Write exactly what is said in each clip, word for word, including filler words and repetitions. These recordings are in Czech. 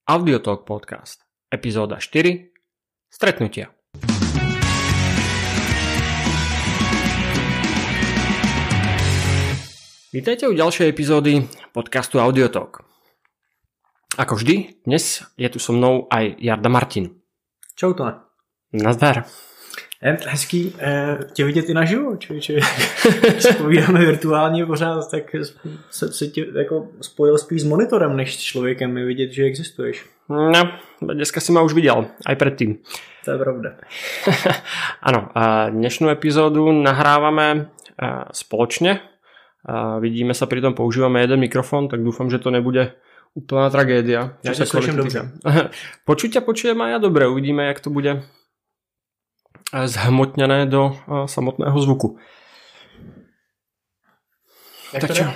Audiotalk podcast, epizóda štyri, stretnutia. Vítajte u ďalšej epizódy podcastu Audiotalk. Ako vždy, dnes je tu so mnou aj Jarda Martin. Čau to. Nazdar. Je hezký eh, tě vidět i naživo, člověče. Se povídáme virtuálně pořád, tak se, se tě jako spojil spíš s monitorem, než s člověkem je vidět, že existuješ. No, dneska si ma už videl, aj predtým. To je pravda. Áno, dnešnú epizódu nahrávame spoločne. Vidíme sa, pritom používame jeden mikrofón, tak dúfam, že to nebude úplná tragédia. Ja sa slyším dobře. Počuť a počujem aj ja dobre, uvidíme, jak to bude zhmotnené do samotného zvuku. Jak tak to čo?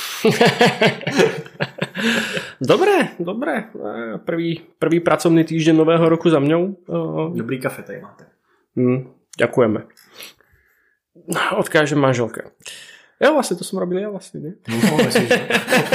Dobre, dobre. Prvý, prvý pracovný týždeň nového roku za mňou. Dobrý kafe tady máte. Mm, ďakujeme. Odkážem manželke. Ja vlastne, to som robil ja vlastne, ne? No, myslím, že...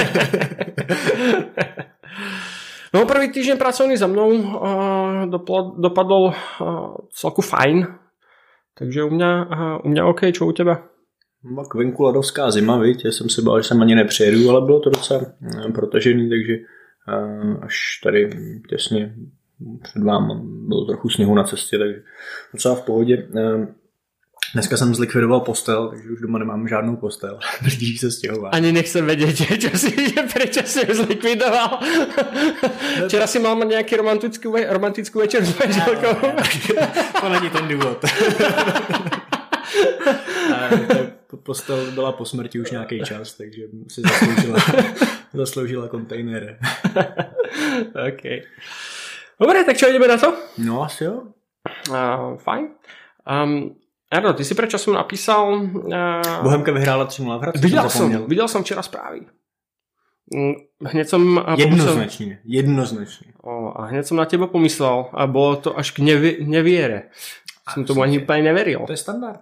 No, prvý týždeň pracovný za mnou uh, dopl- dopadol uh, celku fajn. Takže u mňa, uh, u mňa OK, čo u teba? Mak venku ladovská zima, viď? Já jsem si bál, že jsem ani nepřijedu, ale bylo to docela protažený, takže uh, až tady těsně před váma bylo trochu sněhu na cestě, takže docela v pohodě. Uh, Dneska jsem zlikvidoval postel, takže už doma nemám žádnou postel. Blíží se stěhování. Ani nechcem vedieť, čo si, prečo si ju zlikvidoval. Včera si mal mať nejaký romantický, romantický večer s manželkou. To není ten důvod. Postel byla po smrti už nějaký čas, takže si zasloužila, zasloužila kontejner. OK. Dobre, tak čo, ideme na to? No asi jo. Uh, fajn. Um, Jardo, ty si pred časom napísal... Uh... Bohemka vyhrála tři nula v Hradci. Videl som, videl som včera správy. Hneď som... Jednoznačne, pomyslel... jednoznačne. O, a hneď som na teba pomyslel a bolo to až k nevi- neviere. A som tomu ani úplne neveril. To je standard.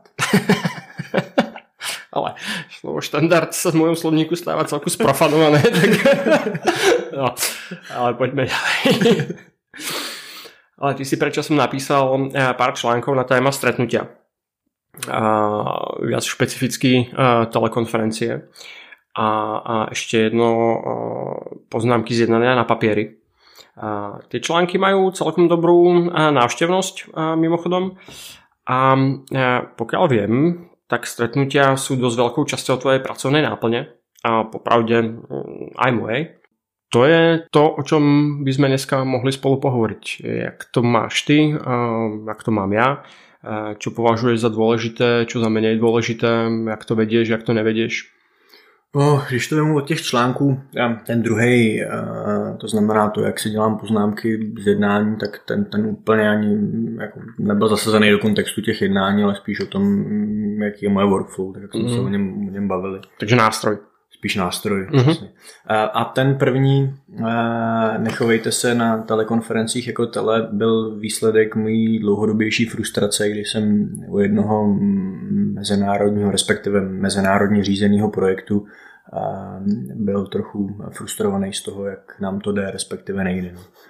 Ale slovo štandard sa v mojom slovníku stáva celku sprofanované. Tak... no, ale poďme ďalej. Ale ty si pred časom napísal pár článkov na téma stretnutia. A viac špecificky telekonferencie a, a ešte jedno poznámky zjednania na papieri. A tie články majú celkom dobrú návštevnosť mimochodom a pokiaľ viem, tak stretnutia sú dosť veľkou časťou tvojej pracovnej náplne a popravde aj mojej. To je to, o čom by sme dneska mohli spolu pohovoriť. Jak to máš ty, jak to mám ja, čo považuješ za dôležité, čo za menej dôležité, jak to vedieš, jak to nevedieš? No, když to vemu od těch článků, ten druhý, to znamená to, jak si dělám poznámky z jednání, tak ten, ten úplně ani jako nebyl zasazený do kontextu těch jednání, ale spíš o tom, jaký je moje workflow, tak jak jsme mm. se o něm, o něm bavili. Takže nástroj. Spíš nástroj. Mm-hmm. A ten první, nechovejte se na telekonferencích jako tele, byl výsledek mojí dlouhodobější frustrace, kdy jsem u jednoho mezinárodního, respektive mezinárodně řízeného projektu byl trochu frustrovaný z toho, jak nám to jde, respektive nejde.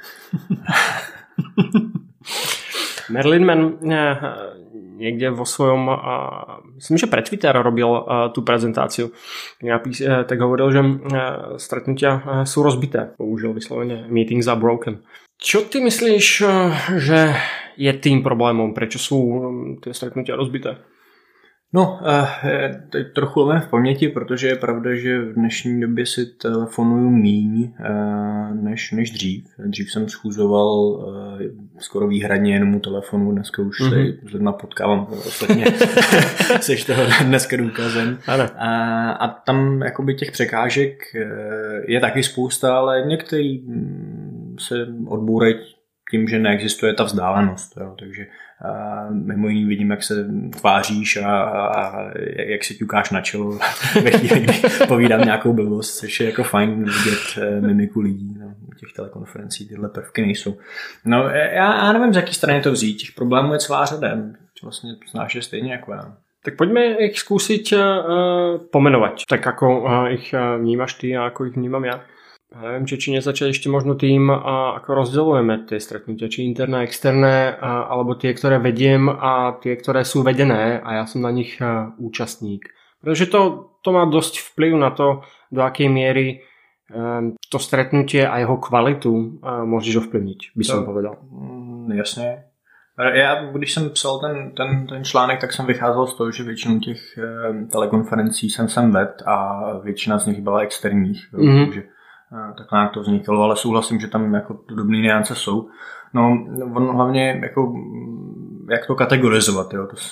Merlin Mann niekde vo svojom, myslím, že pre Twitter robil tú prezentáciu, tak hovoril, že stretnutia sú rozbité. Použil vyslovene meetings are broken. Čo ty myslíš, že je tým problémom? Prečo sú tie stretnutia rozbité? No, teď trochu lovím v paměti, protože je pravda, že v dnešní době si telefonuju míň než, než dřív. Dřív jsem schůzoval skoro výhradně jenom u telefonu, dneska už mm-hmm. se s lidma potkávám, ostatně seš toho dneska důkazem. A, a tam jakoby těch překážek je taky spousta, ale některý se odbourají tím, že neexistuje ta vzdálenost. Jo, takže a mimo jiný vidím, jak se tváříš a, a jak se ťukáš na čelo ve chvíli, kdy povídám nějakou blbost, což je jako fajn vidět mimiku lidí. No, u těch telekonferencí tyhle prvky nejsou. No, já, já nevím, z jaký strany to vzít. Těch problémů je celá řada. Vlastně znáš je stejně jako já. Tak poďme ich skúsiť uh, pomenovať, tak ako uh, ich uh, vnímaš ty a ako ich vnímam ja. Ja neviem, či, či nezačať ešte možno tým, a ako rozdeľujeme tie stretnutia, či interné, externé, a, alebo tie, ktoré vediem a tie, ktoré sú vedené a ja som na nich a, účastník. Pretože to, to má dosť vplyv na to, do akej miery a, to stretnutie a jeho kvalitu a, môžeš ovplyvniť, by som to, povedal. Jasně. Já, když jsem psal ten, ten, ten článek, tak jsem vycházel z toho, že většinu těch e, telekonferencí jsem sem ved a většina z nich byla externích. Mm-hmm. Takže e, tak nějak to vzniklo, ale souhlasím, že tam jako podobné nuance jsou. No, on hlavně jako, jak to kategorizovat, jo, to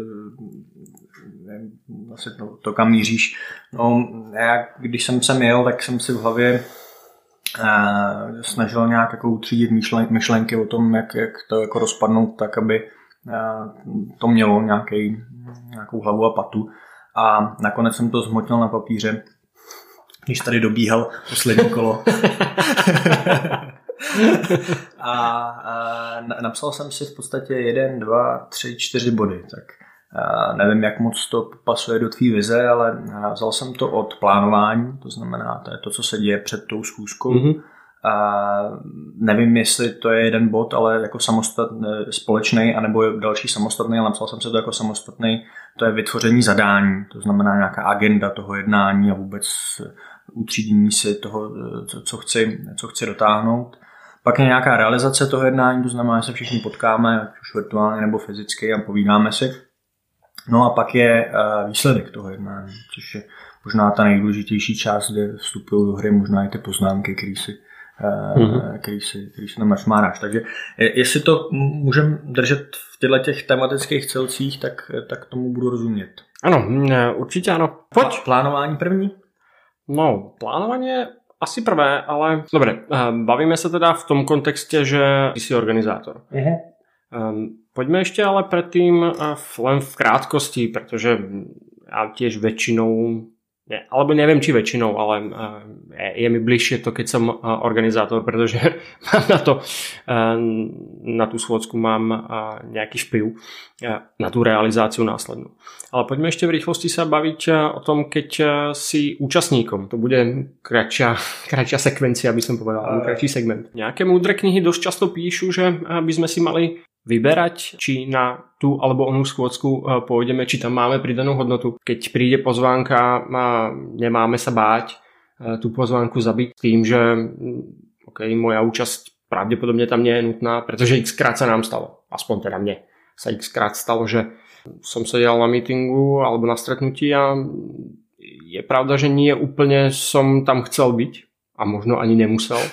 vlastně to, to kam míříš. No, já, když jsem sem jel, tak jsem si v hlavě Uh, snažil nějak jako utřídit myšlen, myšlenky o tom, jak, jak to jako rozpadnout tak, aby uh, to mělo nějaký, nějakou hlavu a patu. A nakonec jsem to zhmotnil na papíře, když tady dobíhal poslední kolo. a uh, napsal jsem si v podstatě jeden, dva, tři, čtyři body. Tak uh, nevím, jak moc to pasuje do tvý vize, ale uh, vzal jsem to od plánování, to znamená, to je to, co se děje před tou schůzkou. Mm-hmm. Uh, nevím, jestli to je jeden bod, ale jako samostatný, společný, anebo další samostatný, ale napsal jsem se to jako samostatný, to je vytvoření zadání, to znamená nějaká agenda toho jednání a vůbec utřídění si toho, co, co, chci, co chci dotáhnout. Pak je nějaká realizace toho jednání, to znamená, že se všichni potkáme, ať už virtuálně nebo fyzicky, a povídáme si. No a pak je uh, výsledek toho jednání, což je možná ta nejdůležitější část, kde vstupují do hry možná i ty poznámky, který si, uh, mm-hmm. který si, který si tam našmáráš. Takže jestli to můžeme držet v těchto těch tematických celcích, tak, tak tomu budu rozumět. Ano, určitě ano. Pojď. Plánování první? No, plánovanie asi prvé, ale dobre, bavíme sa teda v tom kontexte, že ty si organizátor. Uh-huh. Um, poďme ešte ale predtým len v krátkosti, pretože ja tiež väčšinou, ne, alebo neviem či väčšinou, ale uh, je, je mi bližšie to, keď som uh, organizátor, pretože mám na to, uh, na tú schôdzku mám uh, nejaký vplyv uh, na tú realizáciu následnú. Ale poďme ešte v rýchlosti sa baviť uh, o tom, keď uh, si účastníkom. To bude kratšia, kratšia sekvencia, by som povedal, alebo kratší segment. Nejaké múdre knihy dosť často píšu, že by sme si mali vyberať, či na tú alebo onú schôdzku pôjdeme, či tam máme pridanú hodnotu. Keď príde pozvánka, nemáme sa báť tú pozvánku zabiť tým, že okay, moja účasť pravdepodobne tam nie je nutná, pretože x krát sa nám stalo. Aspoň teda mne sa x krát stalo, že som sedel na meetingu alebo na stretnutí a je pravda, že nie úplne som tam chcel byť a možno ani nemusel.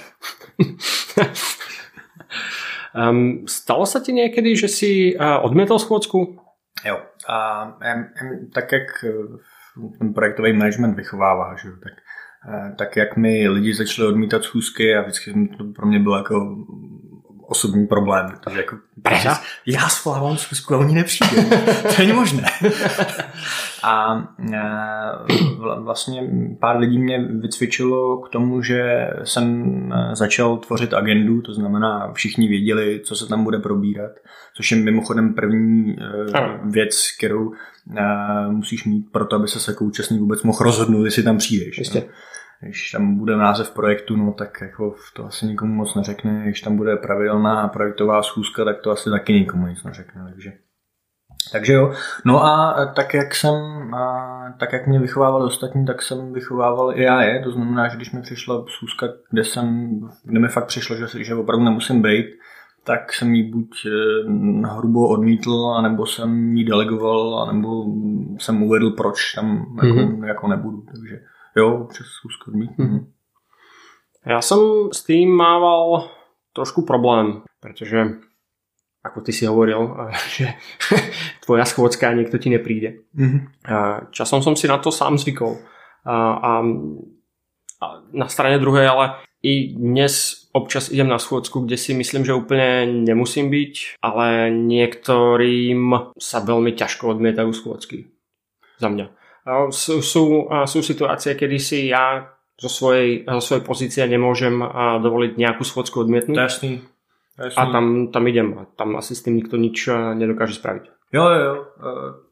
Um, stalo sa ti niekedy, že si uh, odmietol schôdzku? Jo. A um, tak jak ten projektový management vychovává, že? Tak, uh, tak jak mi lidi začali odmítat schůzky a vždycky to pro mě bylo jako osobní problém. Takže jako, já svolávám schůzku a oni nepřijde. To není možné. A uh, vlastně pár lidí mě vycvičilo k tomu, že jsem začal tvořit agendu, to znamená všichni věděli, co se tam bude probírat, což je mimochodem první uh, věc, kterou uh, musíš mít pro to, aby se jako účastník vůbec mohl rozhodnout, jestli tam přijdeš. No. Když tam bude název projektu, no tak jako to asi nikomu moc neřekne. Když tam bude pravidelná projektová schůzka, tak to asi taky nikomu nic neřekne. Takže, takže jo. No a tak jak jsem, a tak jak mě vychovávali ostatní, tak jsem vychovával i já je. To znamená, že když mi přišla schůzka, kde jsem, kde mi fakt přišlo, že, že opravdu nemusím být, tak jsem ji buď hrubo odmítl, anebo jsem ji delegoval, anebo jsem uvedl, proč tam mm-hmm. jako, jako nebudu. Takže jo, přes schůzku odmítnu. Mm-hmm. Ja som s tým mával trošku problém, pretože ako ty si hovoril, že tvoja schôdzka a niekto ti nepríde. Mm-hmm. Časom som si na to sám zvykol. A, a, a na strane druhej, ale i dnes občas idem na schôdzku, kde si myslím, že úplne nemusím byť, ale niektorým sa veľmi ťažko odmietajú schôdzky za mňa. Sú, sú, sú situácie, kedy si ja zo svojej, zo svojej pozície nemôžem dovoliť nejakú schôdzku odmietnúť. Jasný. Jasný. A tam, tam idem. A tam asi s tým nikto nič nedokáže spraviť. Jo, jo, jo.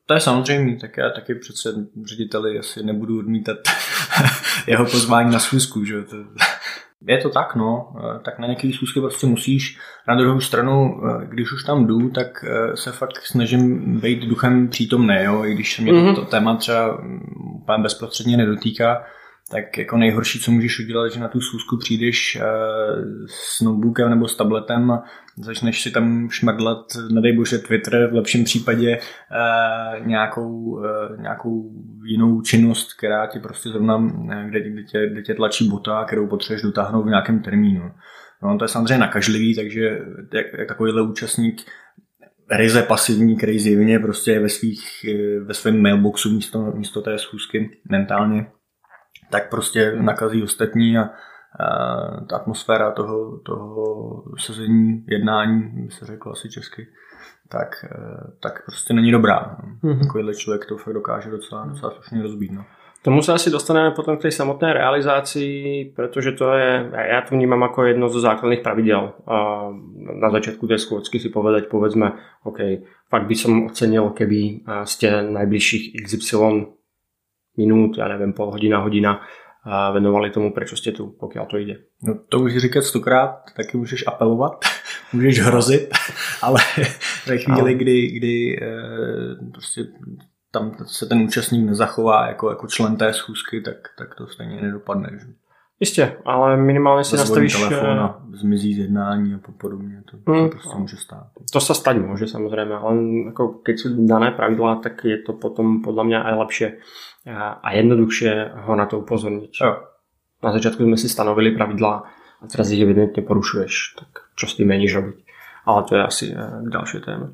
to je samozřejmě, tak já taky přece řediteli asi nebudu odmítat jeho pozvání na schůzku, že to, je to tak, no, tak na nějaký schůzky prostě musíš, na druhou stranu, když už tam jdu, tak se fakt snažím být duchem přítomný, jo, i když se mě mm-hmm. to, to téma třeba úplně bezprostředně nedotýká, tak jako nejhorší, co můžeš udělat, že na tu schůzku přijdeš s notebookem nebo s tabletem a začneš si tam šmrdlat, nedej bože, Twitter, v lepším případě nějakou, nějakou jinou činnost, která ti prostě zrovna, kde, kde, tě, kde tě tlačí bota, kterou potřebuješ dotáhnout v nějakém termínu. No, to je samozřejmě nakažlivý, takže jak, jak takovýhle účastník ryze pasivní, který zjevně prostě je ve, svých, ve svém mailboxu místo, místo té schůzky mentálně, tak prostě nakazí ostatní a, a ta atmosféra toho, toho sezení, jednání, by se řeklo asi česky, tak, tak prostě není dobrá. Mm-hmm. Takovýhle člověk to fakt dokáže docela, docela slušně rozbít. No. Tomu sa asi dostaneme potom k tej samotnej realizácii, pretože to je, ja to vnímam ako jedno zo základných pravidel. Na začiatku tej schôdzky si povedať, povedzme, OK, fakt by som ocenil, keby ste najbližších iks ypsilon minút, ja neviem, pol hodina, hodina venovali tomu, prečo ste tu, pokiaľ to ide. No to už říkat stokrát, taky můžeš apelovat, můžeš hrozit, ale ve chvíli, kdy, kdy prostě tam se ten účastník nezachová jako, jako člen té schůzky, tak, tak to stejně nedopadne. Že? Jistě, ale minimálně si nastavíš... telefon a zmizí z jednání a podobně, to, mm, to prostě může stát. To sa stať môže samozrejme, ale ako keď sú dané pravidlá, tak je to potom podľa mňa aj lepšie a jednoduchšie ho na to upozorniť. Jo. Na začiatku sme si stanovili pravidlá a teraz ich evidentne porušuješ, tak čo s tým meníš robiť? Ale to je asi k ďalšej téme.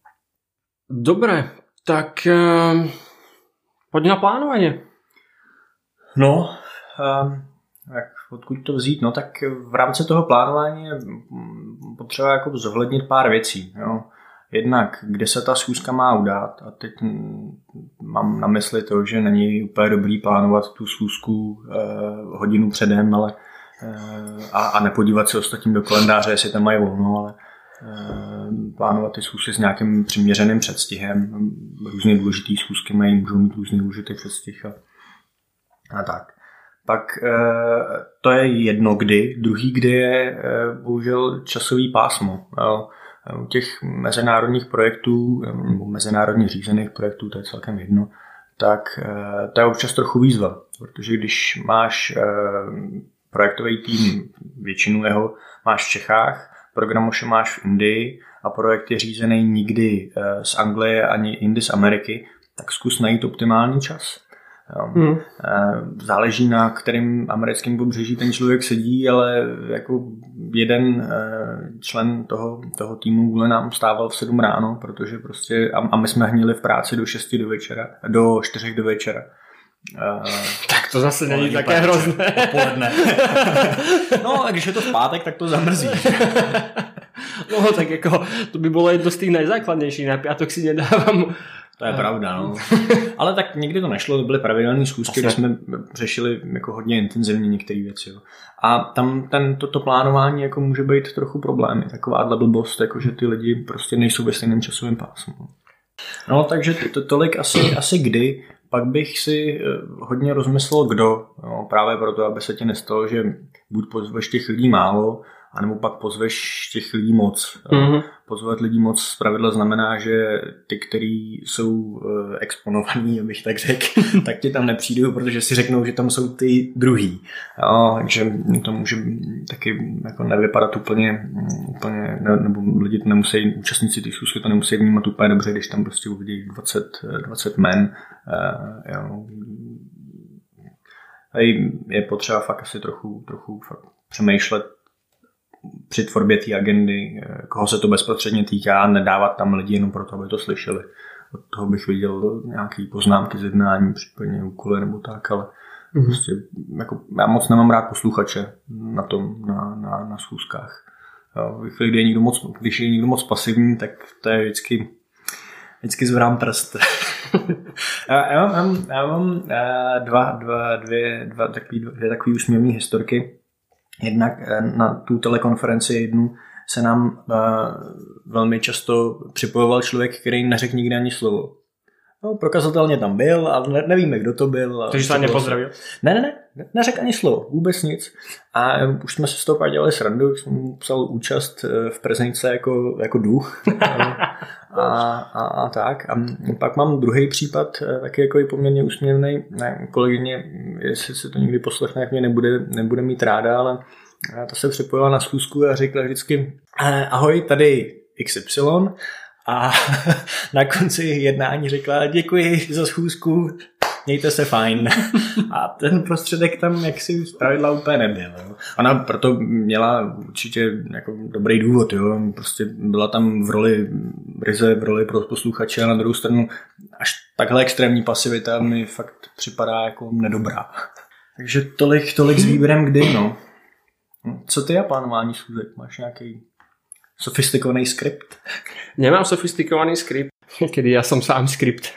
Dobre, tak uh, poď na plánovanie. No, um, jak, odkud to vzít? No tak v rámci toho plánování je potřeba jako zohlednit pár věcí. Jo. Jednak, kde se ta schůzka má udát, a teď mám na mysli to, že není úplně dobrý plánovat tu schůzku eh, hodinu předem, ale eh, a, a nepodívat se ostatním do kalendáře, jestli tam mají volno, ale eh, plánovat ty schůzky s nějakým přiměřeným předstihem. Různě důležitý schůzky mají, můžou mít různý důležitý předstih a, a tak. Pak eh, to je jedno kdy, druhý kdy je eh, bohužel časový pásmo. Jo. U těch mezinárodních projektů, nebo mezinárodně řízených projektů, to je celkem jedno, tak to je občas trochu výzva, protože když máš projektový tým, většinu jeho máš v Čechách, programoše máš v Indii a projekt je řízený nikdy z Anglie ani jindy z Ameriky, tak zkus najít optimální čas. Hmm. Záleží, na kterým americkém pobřeží ten člověk sedí, ale jako jeden člen toho, toho týmu kvůli nám stával v sedm ráno, protože prostě a, a my jsme hnili v práci do šesti do večera, do čtyřech do večera. Tak to zase není také hrozné. Odpoledne. No, a když je to v pátek, tak to zamrzí. No, tak jako to by bylo jedno z těch nejzákladnějších. Na pátek si nedávám. To je pravda, no. Ale tak nikdy to nešlo, to byly pravidelné schůzky, kde jsme řešili jako hodně intenzivně některé věci. Jo. A tam ten, toto plánování jako může být trochu problém. Je takováhle blbost, jako že ty lidi prostě nejsou ve stejném časovém pásmu. No, takže to, tolik asi, asi kdy. Pak bych si hodně rozmyslel kdo. Jo, právě proto, aby se ti nestalo, že buď pozveš těch lidí málo, anebo pak pozveš těch lidí moc. Mm-hmm. Pozvat lidí moc zpravidla znamená, že ty, kteří jsou exponovaní, abych tak řekl, tak ti tam nepřijdou, protože si řeknou, že tam jsou ty druhý. Jo, takže to může taky jako nevypadat úplně, úplně nebo lidi to nemusí, účastníci těch schůzky to nemusí vnímat úplně dobře, když tam prostě uvidí dvacet, dvacet men. Jo. Je potřeba fakt asi trochu, trochu fakt přemýšlet při tvorbě té agendy, koho se to bezprostředně týká, nedávat tam lidi jenom proto, aby to slyšeli. Od toho bych viděl nějaké poznámky z jednání, případně úkoly nebo tak, ale mm-hmm. prostě jako, já moc nemám rád posluchače na tom, na, na, na schůzkách. Jo, když, je někdo moc, když je někdo moc pasivní, tak to je vždycky vždycky zvrám prst. já, já mám, já mám dva, dva, dvě, dva takový, dvě takové úsměvné historky. Jednak na tu telekonferenci jednu se nám uh, velmi často připojoval člověk, který neřekl nikdy ani slovo. No, prokazatelně tam byl, ale ne, nevíme, kdo to byl. Takže se nepozdravil? Ne, ne, ne, neřekl ani slovo, vůbec nic. A už jsme se z toho pak dělali srandu, jsem mu psal účast v prezence jako, jako duch. a, a, a tak. A pak mám druhý případ, taky jako i poměrně úsměvný. Kolegyně, jestli se to někdy poslechne, jak mě nebude, nebude mít ráda, ale ta se připojila na schůzku a řekla vždycky ahoj, tady iks ypsilon. A na konci jednání řekla děkuji za schůzku, mějte se fajn. A ten prostředek tam jaksi zpravidla úplně nebyl. Jo. Ona proto měla určitě jako dobrý důvod. Jo. Prostě byla tam v roli ryze, v roli pro posluchače a na druhou stranu až takhle extrémní pasivita mi fakt připadá jako nedobrá. Takže tolik, tolik s výběrem kdy. No. Co ty a plánování schůzek? Máš nějaký sofistikovaný skript? Nemám sofistikovaný skript, kedy ja som sám skript.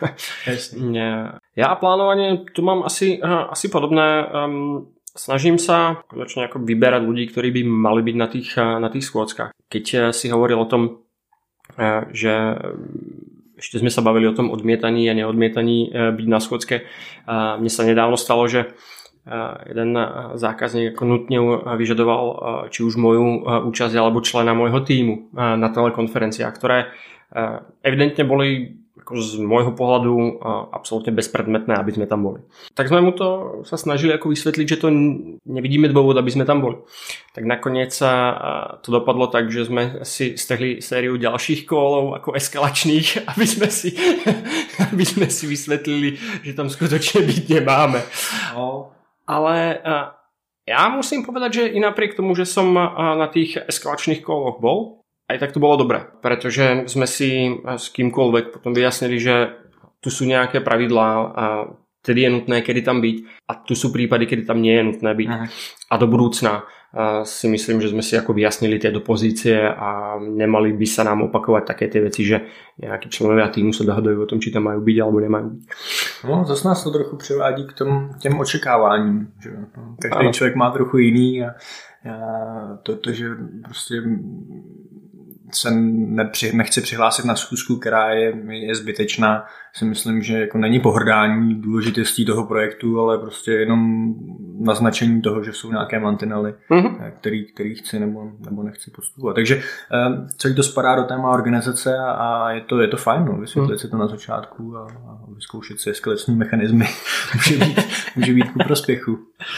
Ja a plánovanie, tu mám asi, asi podobné. Um, snažím sa konečne ako vyberať ľudí, ktorí by mali byť na tých, na tých schôdzkach. Keď si hovoril o tom, že ešte sme sa bavili o tom odmietaní a neodmietaní byť na schôdzke, mne sa nedávno stalo, že jeden zákazník ako nutne vyžadoval či už moju účasť alebo člena môjho tímu na telekonferenciách, ktoré evidentne boli ako z môjho pohľadu absolútne bezpredmetné, aby sme tam boli. Tak sme mu to sa snažili ako vysvetliť, že to nevidíme dôvod, aby sme tam boli. Tak nakoniec to dopadlo tak, že sme si strhli sériu ďalších kólov ako eskalačných, aby sme si, aby sme si vysvetlili, že tam skutočne byť nemáme. No. Ale uh, ja musím povedať, že i napriek tomu, že som uh, na tých eskalačných koloch bol, aj tak to bolo dobré, pretože sme si uh, s kýmkoľvek potom vyjasnili, že tu sú nejaké pravidlá a tedy je nutné, kedy tam byť a tu sú prípady, kedy tam nie je nutné byť. Aha. A do budúcna uh, si myslím, že sme si ako vyjasnili tie do pozície a nemali by sa nám opakovať také tie veci, že nejakí členovia týmu sa dohadujú o tom, či tam majú byť alebo nemajú byť. No, zase nás to trochu přivádí k tom, těm očekáváním. Že? Každý ano. Člověk má trochu jiný a, a to, to, že prostě se nepři, nechci přihlásit na schůzku, která je, je zbytečná, si myslím, že jako není pohrdání důležitostí toho projektu, ale prostě jenom naznačení toho, že jsou nějaké mantinely, mm-hmm. který, který chci nebo, nebo nechci postupovat. Takže celý to spadá do téma organizace a je to, je to fajn, no, vysvětlit mm. si to na začátku a, a vyzkoušet si eskalační mechanismy. může, být, může být ku prospěchu.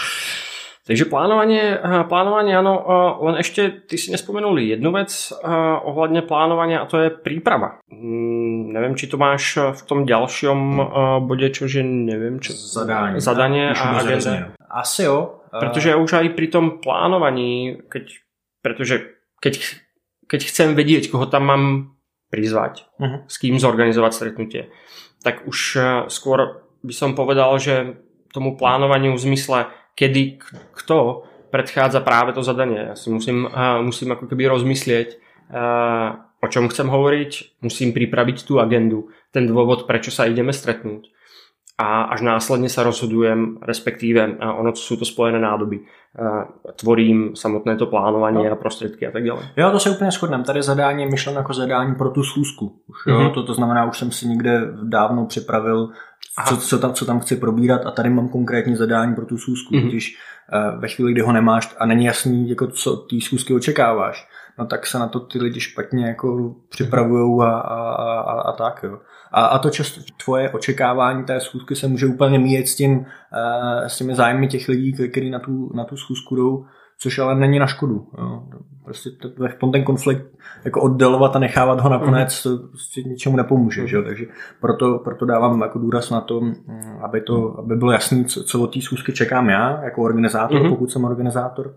Takže plánovanie, plánovanie áno, len ešte ty si nespomenul jednu vec ohľadne plánovania a to je príprava. Hmm, neviem, či to máš v tom ďalšom bode, čože neviem, čo... Zadanie. Zadanie a agenda. Asi jo. Pretože už aj pri tom plánovaní, keď, pretože keď, keď chcem vedieť, koho tam mám prizvať, uh-huh. s kým zorganizovať stretnutie, tak už skôr by som povedal, že tomu plánovaniu v zmysle kedy kto predchádza práve to zadanie. Ja si musím, uh, musím ako keby rozmyslieť, uh, o čom chcem hovoriť, musím pripraviť tú agendu, ten dôvod, prečo sa ideme stretnúť. A až následne sa rozhodujem, respektíve uh, ono sú to spojené nádoby. Uh, tvorím samotné to plánovanie no. a prostředky a tak ďalej. Jo, to se úplně shodneme. Tady zadání je myšleno jako zadání pro tu schůzku. Už, jo? Mm-hmm. To, to znamená, už jsem si někde dávno připravil Co, co, tam, co tam chci probírat a tady mám konkrétní zadání pro tu schůzku. Mm-hmm. Když uh, ve chvíli, kdy ho nemáš a není jasný, jako co ty schůzky očekáváš, no tak se na to ty lidi špatně jako připravujou a, a, a, a tak. Jo. A, a to často tvoje očekávání té schůzky se může úplně míjet s, tím, uh, s těmi zájmy těch lidí, kteří na tu, na tu schůzku jdou, což ale není na škodu. Jo. Prostě v tom ten konflikt jako oddalovat a nechávat ho nakonec to prostě ničemu nepomůže. Že? Takže proto, proto dávám jako důraz na to, aby, to, aby bylo jasný, co, co od té schůzky čekám já jako organizátor, mm-hmm. pokud jsem organizátor.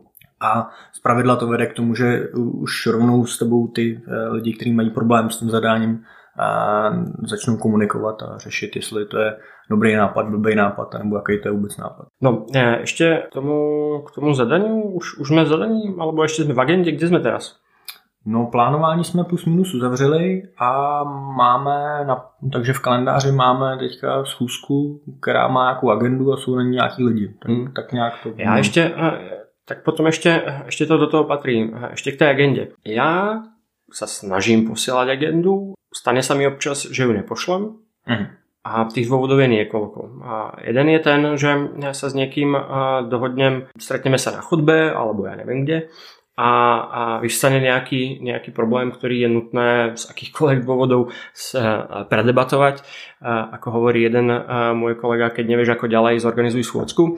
A zpravidla to vede k tomu, že už rovnou s tebou ty lidi, kteří mají problém s tím zadáním, a začnou komunikovat a řešit, jestli to je dobrý nápad, blbý nápad, nebo jaký to je vůbec nápad. No, ešte k tomu, k tomu zadaniu, už, už sme v zadaní, alebo ešte sme v agende, kde sme teraz? No, plánování jsme plus minus uzavřeli a máme, na, takže v kalendáři máme teďka schůzku, která má nějakou agendu a jsou na ní nějaký lidi. Tak, hmm. tak nějak to... Já ještě, tak potom ešte, ešte to do toho patrí, ešte k tej agende. Ja sa snažím posielať agendu, stane sa mi občas, že ju nepošlem. Uh-huh. A tých dôvodov je niekoľko. A jeden je ten, že ja sa s niekým dohodnem, stretneme sa na chodbe, alebo ja neviem kde, a, a vyvstane nejaký, nejaký problém, ktorý je nutné z akýchkoľvek dôvodov predebatovať. A ako hovorí jeden môj kolega, keď nevieš ako ďalej, zorganizuj schôdzku.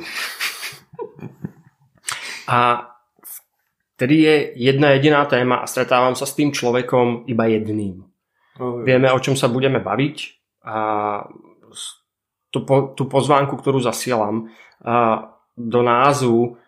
A vtedy je jedna jediná téma a stretávam sa s tým človekom iba jedným. Oh, Vieme, o čom sa budeme baviť. A tú, tú pozvánku, ktorú zasielam, a do názvu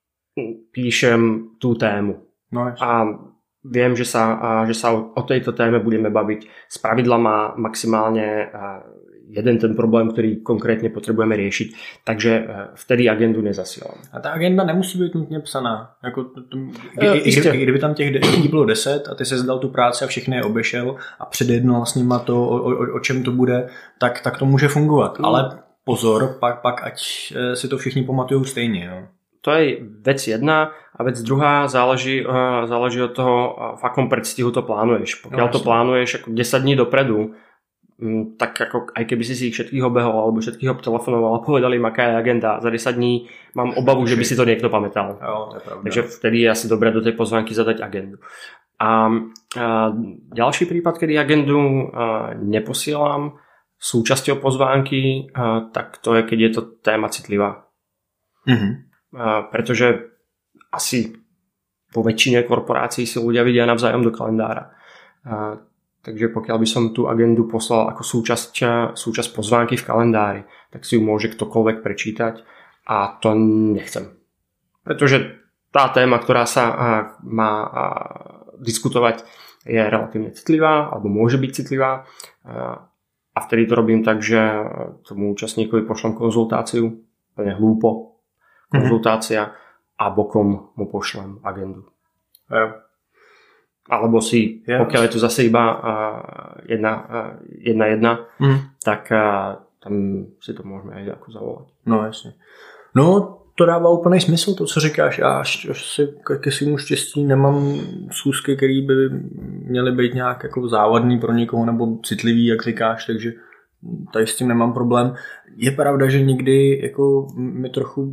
píšem tú tému. No, a viem, že sa, a, že sa o, o tejto téme budeme baviť. Spravidla má maximálne jeden ten problém, ktorý konkrétně potřebujeme řešit, takže vtedy agendu nezasílám. A ta agenda nemusí být nutně psaná. Jako to, to, i, i, kdyby, kdyby tam těch lidí bylo deset a ty se zdal tu práci a všechny je obešel a předjednal s nima to, o, o, o čem to bude, tak, tak to může fungovat. Mm. Ale pozor, pak, pak ať si to všichni pamatujou stejně. Jo. To je vec jedna a vec druhá záleží, záleží od toho, v akom predstihu to plánuješ. Pokiaľ no, to plánuješ ako desať dní dopredu, tak ako aj keby si si ich všetkých obehol alebo všetkých obtelefonoval a povedali im, aká je agenda. Za desať dní mám obavu, že by si to niekto pamätal. Jo, to je pravda. Takže vtedy je asi dobré do tej pozvánky zadať agendu. A, a ďalší prípad, kedy agendu a, neposielam súčasťou pozvánky, a, tak to je, keď je to téma citlivá. Mm-hmm. A, pretože asi po väčšine korporácií si ľudia vidia navzájom do kalendára. A, Takže pokiaľ by som tú agendu poslal ako súčasť, súčasť pozvánky v kalendári, tak si ju môže ktokoľvek prečítať a to nechcem. Pretože tá téma, ktorá sa má diskutovať, je relatívne citlivá alebo môže byť citlivá a vtedy to robím tak, že tomu účastníkovi pošlem konzultáciu, plne hlúpo, konzultácia a bokom mu pošlem agendu. Ja. Alebo si, yes. Pokiaľ je tu zase iba uh, jedna, uh, jedna jedna, mm. tak uh, tam si to můžeme aj jako zavolat. No jasně. No to dává úplný smysl, to co říkáš. Já až, až si ke svému štěstí nemám schůzky, které by měly být nějak jako závadný pro někoho nebo citlivý, jak říkáš, takže tady s tím nemám problém. Je pravda, že někdy jako mi trochu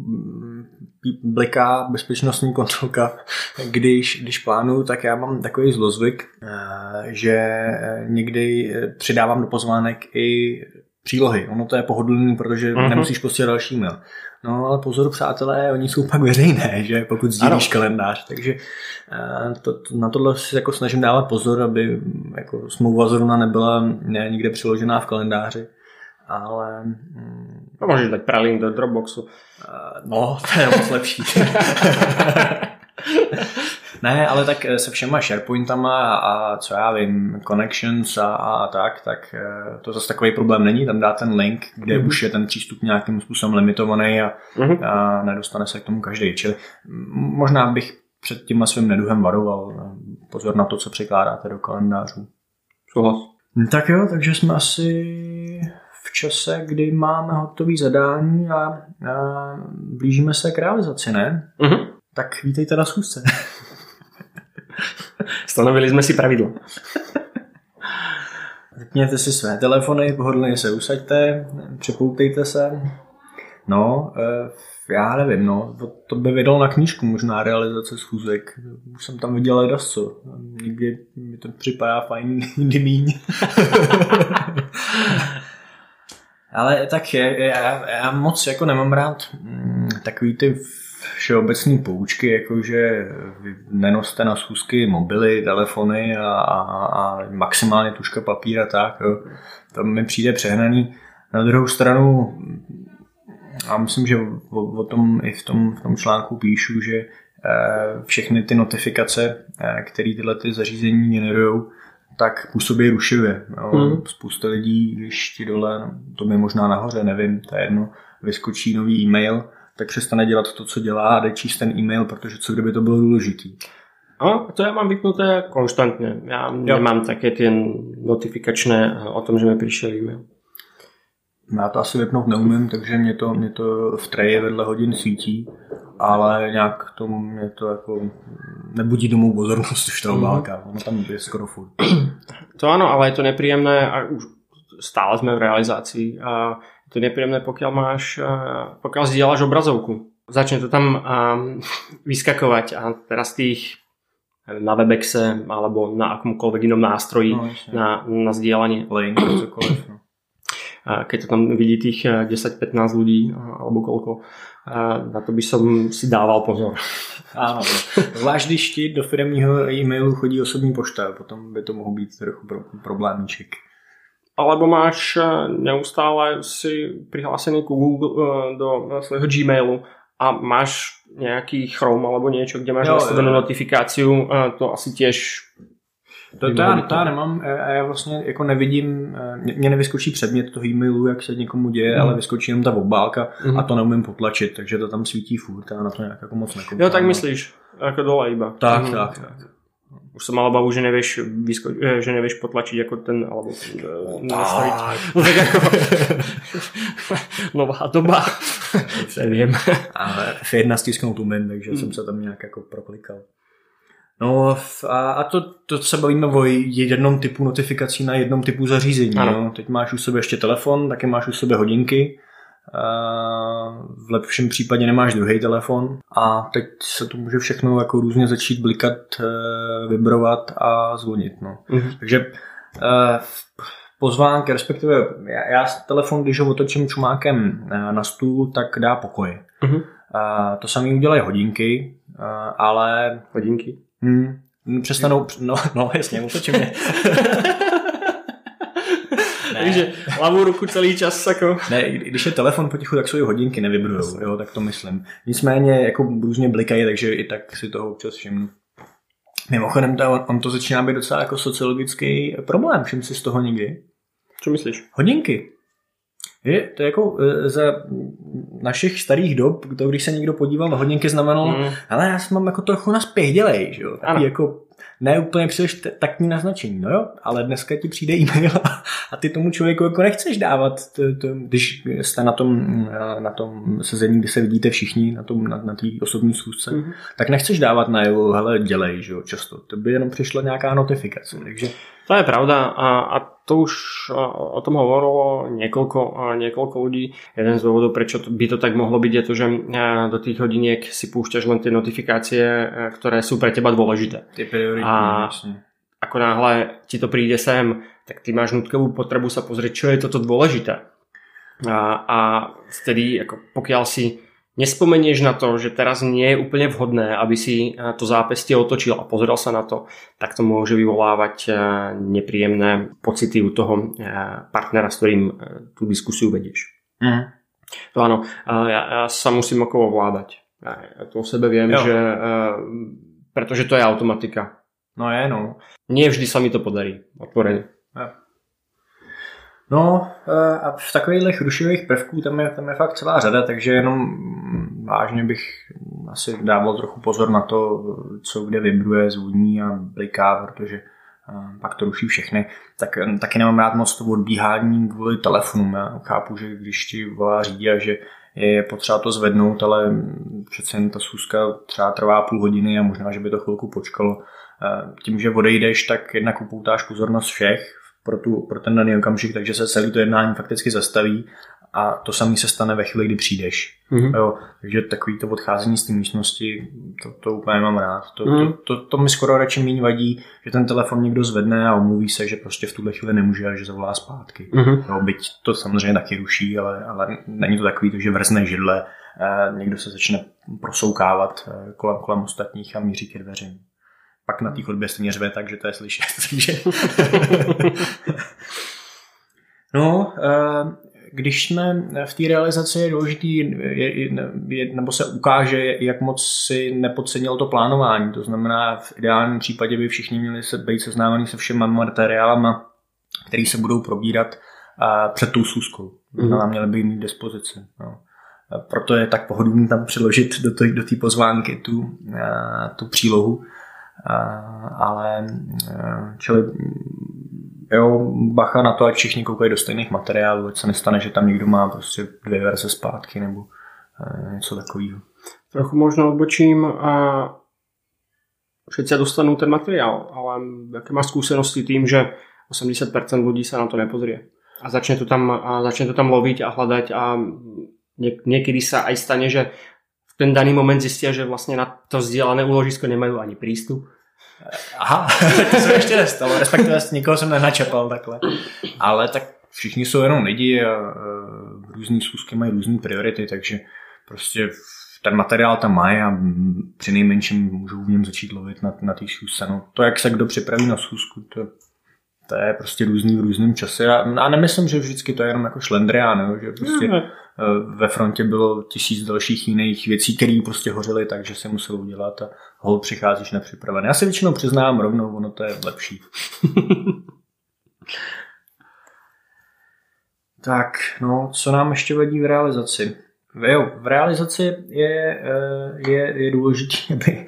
bliká bezpečnostní kontrolka, když, když plánuju, tak já mám takový zlozvyk, že někdy přidávám do pozvánek i přílohy. Ono to je pohodlný, protože uh-huh. nemusíš posílat další mail. No ale pozor, přátelé, oni jsou pak veřejné, že pokud sdílíš kalendář, takže to, na tohle si jako snažím dávat pozor, aby jako smlouva zrovna nebyla ne, nikde přiložená v kalendáři, ale... No můžeš dát pralink do Dropboxu. No, to je moc lepší. Ne, ale tak se všema SharePointama a co já vím, connections a, a tak, tak to zase takový problém není. Tam dá ten link, kde mm-hmm. už je ten přístup nějakým způsobem limitovaný a, mm-hmm. a nedostane se k tomu každý. Čili možná bych před tímhle svým neduhem varoval. Pozor na to, co překládáte do kalendářů. Souhlas. Tak jo, takže jsme asi v čase, kdy máme hotový zadání a, a blížíme se k realizaci, ne? Mm-hmm. Tak vítejte na schůzce. Stanovili jsme si pravidlo. Vypněte si své telefony, pohodlně se usaďte, připoutejte se. No, já nevím, no, to by vydal na knížku možná realizace schůzek. Už jsem tam viděl ledas co. Někdy mi to připadá fajn, jindy míň. Ale tak já, já moc jako nemám rád mm, takový ty všeobecný poučky, jakože nenoste na schůzky mobily, telefony a, a, a maximálně tužka papíra, tak jo. To mi přijde přehnaný. Na druhou stranu a myslím, že o, o tom i v tom, v tom článku píšu, že eh, všechny ty notifikace, eh, které tyhle ty zařízení generujou, tak působí rušivě. Mm. Spousta lidí, když ti dole, to mi možná nahoře, nevím, to je jedno, vyskočí nový e-mail, tak přestane dělat to, co dělá a jde číst ten e-mail, protože co kdyby to bylo důležitý. No, to já mám vypnuté konštantně. Já jo. nemám také ty notifikačné o tom, že mi přišel e-mail. Já to asi vypnout neumím, takže mě to, mě to v treji vedle hodin svítí, ale nějak tomu mě to jako nebudí domů pozornost už ta obálka. Ono tam je skoro furt. To ano, ale je to nepříjemné a už stále sme v realizácii a je to nepríjemné, pokiaľ máš, pokiaľ zdieľaš obrazovku. Začne to tam vyskakovať a teraz tých na Webexe alebo na akomkoľvek inom nástroji no, na, na zdieľanie. Link, cokoliv. No. Keď to tam vidí tých desať pätnásť ľudí alebo koľko, na to by som si dával pozor. Áno, zvlášť když ti do firemního e-mailu chodí osobní pošta, potom by to mohol byť trochu problémíček. Alebo máš neustále si prihlásený ku Google do svojho Gmailu a máš nejaký Chrome alebo niečo, kde máš nastavenú notifikáciu, to asi tiež... To, to, já, to já nemám a já vlastně jako nevidím, mě nevyskočí předmět toho e-mailu, jak se někomu děje, mm. ale vyskočí jenom ta obálka mm. a to neumím potlačit, takže to tam svítí furt a na to nějak jako moc nekoukám. Jo, tak myslíš, jako dole iba. Tak, mm. tak, tak. Už som mal obavu, že nevieš, vysko- že nevieš potlačiť ako ten, alebo nastaviť. No tak ako nová doba. Neviem. Ale F jedna stisknout umím, takže mm. jsem se tam nějak jako proklikal. No a, a to, to se bavíme o jednom typu notifikací na jednom typu zařízení. No. Teď máš u sebe ještě telefon, taky máš u sebe hodinky. V lepším případě nemáš druhý telefon a teď se to může všechno jako různě začít blikat, vibrovat a zvonit. No. Mm-hmm. Takže pozvánky, respektive já, já telefon, když ho otočím čumákem na stůl, tak dá pokoj. Mm-hmm. To samé udělají hodinky, ale... Hodinky? Hmm, přestanou, no, no jasně, otočím mě. Takže hlavou ruku celý čas jako... Ne, když je telefon potichu, tak jsou i hodinky nevibrujou, jo, tak to myslím. Nicméně jako různě blikají, takže i tak si toho občas všimnu. Mimochodem, on, on to začíná být docela jako sociologický problém, všim si z toho někdy. Co myslíš? Hodinky. Je, to je jako za našich starých dob, to, když se někdo podíval na hodinky, znamenalo, mm. ale já mám jako trochu na spěch, dělej, že jo, takový jako ne úplně příliš taktní naznačení, no jo, ale dneska ti přijde e-mail a, a ty tomu člověku jako nechceš dávat, to, to, když jste na tom, na tom sezení, kde se vidíte všichni, na tom, na, na té osobní schůzce, mm. tak nechceš dávat na jeho, hele, dělej, že jo, často, to by jenom přišla nějaká notifikace, takže... To je pravda a, a to už o tom hovorilo niekoľko, niekoľko ľudí. Jeden z dôvodov, prečo to, by to tak mohlo byť, je to, že do tých hodiniek si púšťaš len tie notifikácie, ktoré sú pre teba dôležité. Tie prioritné, a ako náhle ti to príde sem, tak ty máš nutkovú potrebu sa pozrieť, čo je toto dôležité. A, a vtedy, ako pokiaľ si nespomenieš na to, že teraz nie je úplne vhodné, aby si to zápestie otočil a pozrel sa na to, tak to môže vyvolávať nepríjemné pocity u toho partnera, s ktorým tú diskusiu vedieš. Mm. To áno, ja, ja sa musím ako ovládať. Ja to o sebe viem, jo. že pretože to je automatika. No je, no. Nie vždy sa mi to podarí, otvorene. Ja. No a v takových rušivých prvků tam je, tam je fakt celá řada, takže jenom vážně bych asi dával trochu pozor na to, co kde vibruje, zvoní a bliká, protože pak to ruší všechny. Tak, taky nemám rád moc to odbíhání kvůli telefonům. Já chápu, že když ti volá řídí a že je potřeba to zvednout, ale přece jen ta schůzka třeba trvá půl hodiny a možná, že by to chvilku počkalo. Tím, že odejdeš, tak jednak upoutáš pozornost všech pro, tu, pro ten daný okamžik, takže se celé to jednání fakticky zastaví a to samé se stane ve chvíli, kdy přijdeš. Mm-hmm. Jo, takže takový to odcházení z té místnosti, to, to úplně mám rád. To, mm-hmm. to, to, to mi skoro radši méně vadí, že ten telefon někdo zvedne a omluví se, že prostě v tuhle chvíli nemůže a že zavolá zpátky. Mm-hmm. Jo, byť to samozřejmě taky ruší, ale, ale není to takový to, že vrzne židle, někdo se začne prosoukávat kolem, kolem ostatních a míří ke dveřím. Pak na té chodbě stejně řve, takže to je slyšet. No, když jsme v té realizaci, je důležitý, je, je, nebo se ukáže, jak moc si nepodcenil to plánování. To znamená, v ideálním případě by všichni měli se být seznámeni se všemi materiálama, které se budou probírat před tou schůzkou. Mm. Nám měly být mít dispozici. No. Proto je tak pohodlný tam přiložit do té do té pozvánky tu, tu přílohu. Ale čili jo, bacha na to, ať všichni koukají do stejných materiálů, ať se nestane, že tam někdo má prostě dvě verze zpátky nebo něco takového. Trochu možno odbočím a všetci dostanú ten materiál, ale aké máš skúsenosti tým, že osemdesiat percent ľudí sa na to nepozrie? A začne to tam, a začne to tam loviť a hľadať a nie, niekedy sa aj stane, že v ten daný moment zistia, že vlastne na to vzdialené úložisko nemajú ani prístup. Aha, to se ještě nestalo, respektive nikoho jsem nenačepal takhle. Ale tak všichni jsou jenom lidi a různý schůzky mají různý priority, takže prostě ten materiál tam mají a při nejmenším můžou v něm začít lovit na, na té schůzce. No, to, jak se kdo připraví na schůzku, to, to je prostě různý v různém čase. A, a nemyslím, že vždycky to je jenom jako šlendrián, že prostě no, ve frontě bylo tisíc dalších jiných věcí, které prostě hořely, takže se muselo udělat a hol přicházíš nepřipravený. Já si většinou přiznám rovnou, ono to je lepší. Tak, no, co nám ještě vadí v realizaci? Jo, v realizaci je, je, je důležité, aby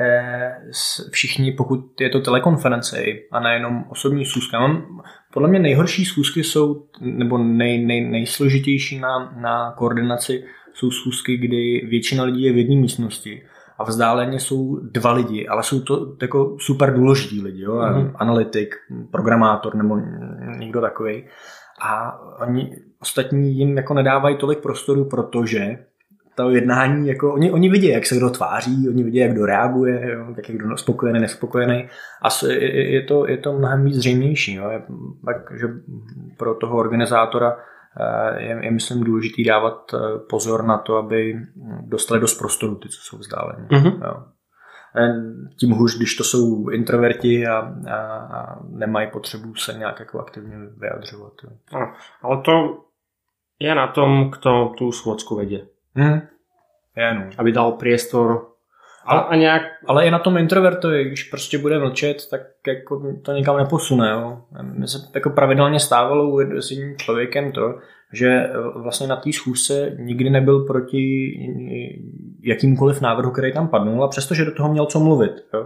všichni, pokud je to telekonference a nejenom osobní schůzka. Podle mě nejhorší schůzky jsou, nebo nej, nej, nejsložitější na, na koordinaci jsou schůzky, kdy většina lidí je v jedné místnosti a vzdáleně jsou dva lidi, ale jsou to jako super důležitý lidi, jo? Mm-hmm. Analytik, programátor nebo někdo takovej. A oni ostatní jim jako nedávají tolik prostoru, protože to jednání, jako oni, oni vidí, jak se kdo tváří, oni vidí, jak kdo reaguje, jo, jak je kdo spokojený, nespokojený a je, je, to, je to mnohem víc zřejmější. Jo. Takže pro toho organizátora je, je myslím důležitý dávat pozor na to, aby dostali dost prostoru ty, co jsou vzdálení. Mm-hmm. Jo. Tím hůř, když to jsou introverti a, a, a nemají potřebu se nějak jako aktivně vyjadřovat. Ano, ale to je na tom, kto tú schôdzku vedie. Hmm. Je, no. Aby dal priestor a, a nějak... Ale i na tom introvertovi, když prostě bude mlčet, tak jako to nikam neposune. Jo. Mně se jako pravidelně stávalo s jedním člověkem to, že vlastně na té schůzce nikdy nebyl proti jakýmkoliv návrhu, který tam padnul, a přestože do toho měl co mluvit. Jo.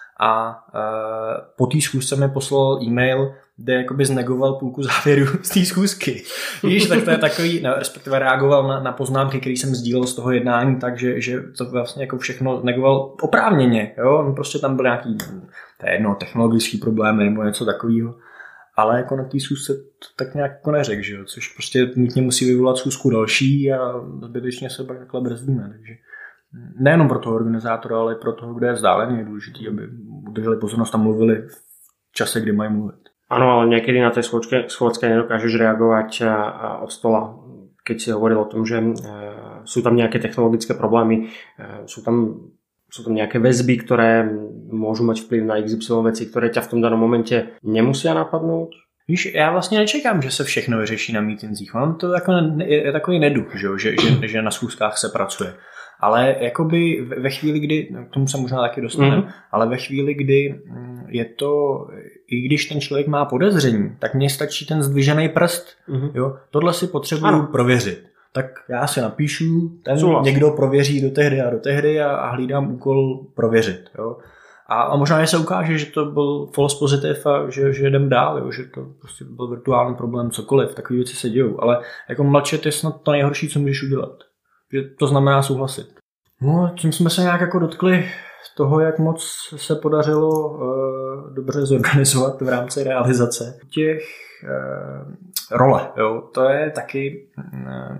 A e, po té schůzce mi poslal e-mail, kde jakoby znegoval půlku závěru z té schůzky. Víš, tak to je takový, no, respektive reagoval na, na poznámky, které jsem sdílel z toho jednání, takže že to vlastně jako všechno znegoval oprávněně. Jo? No, prostě tam byl nějaký, to je jedno, technologický problémy nebo něco takového. Ale jako na té schůzce to tak nějak jako neřekl, že jo? Což prostě nutně musí vyvolat schůzku další a zbytečně se pak takhle brzdíme. Takže nejenom pro toho organizátora, ale i pro toho, kdo je vzdálený, je důležitý, aby udrželi pozornost a mluvili v čase, kdy mají mluvit. Áno, ale niekedy na tej schôdzke, schôdzke nedokážeš reagovať od stola. Keď si hovoril o tom, že sú tam nejaké technologické problémy, sú tam, sú tam nejaké väzby, ktoré môžu mať vplyv na iks ypsilon veci, ktoré ťa v tom danom momente nemusia napadnúť. Víš, já vlastně nečekám, že se všechno vyřeší na mítincích. On to jako je, je takový neduch, že, že, že, že na schůzkách se pracuje. Ale jakoby ve chvíli, kdy, k tomu se možná taky dostaneme, mm. ale ve chvíli, kdy je to, i když ten člověk má podezření, tak mně stačí ten zdvižený prst. Mm. Jo? Tohle si potřebuju ano. prověřit. Tak já si napíšu, ten Souhlas. Někdo prověří do tehdy a do tehdy a, a hlídám úkol prověřit. Jo? A, a možná se ukáže, že to byl false positive a že, že jdem dál, jo? Že to prostě byl virtuální problém, cokoliv, takové věci se dějou. Ale jako mlčet je snad to nejhorší, co můžeš udělat. Že to znamená souhlasit. No, tím jsme se nějak jako dotkli toho, jak moc se podařilo uh, dobře zorganizovat v rámci realizace těch uh, role. Jo. To je taky uh,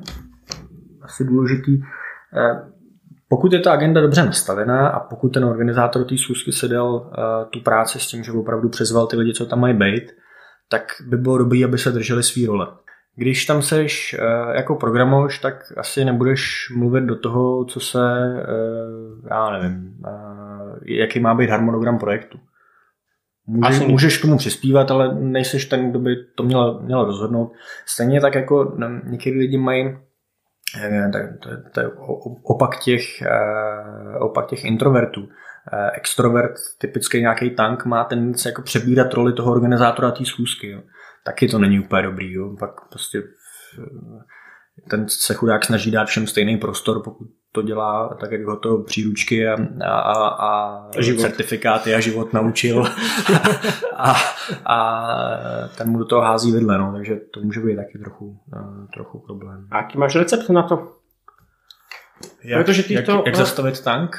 asi důležitý. Uh, pokud je ta agenda dobře nastavená a pokud ten organizátor té schůzky si dal uh, tu práci s tím, že opravdu přizval ty lidi, co tam mají být, tak by bylo dobré, aby se drželi svý role. Když tam seš uh, jako programoš, tak asi nebudeš mluvit do toho, co se, uh, já nevím, uh, jaký má být harmonogram projektu. Můžeš, můžeš k tomu přispívat, ale nejseš ten, kdo by to měl, měl rozhodnout. Stejně tak jako ne, někdy lidi mají, uh, tak, to, to je opak těch, uh, opak těch introvertů. Uh, extrovert, typicky nějaký tank, má tendenci jako přebírat roli toho organizátora té schůzky. Jo. Taky to není úplně dobrý. Jo. Pak prostě ten se chudák snaží dát všem stejný prostor, pokud to dělá tak, jak ho to příručky a, a, a certifikáty a život naučil a, a ten mu do toho hází vidle, no. Takže to může být taky trochu, trochu problém. A jaký máš recept na to? Jak, Protože týchto, jak, jak zastavit tank?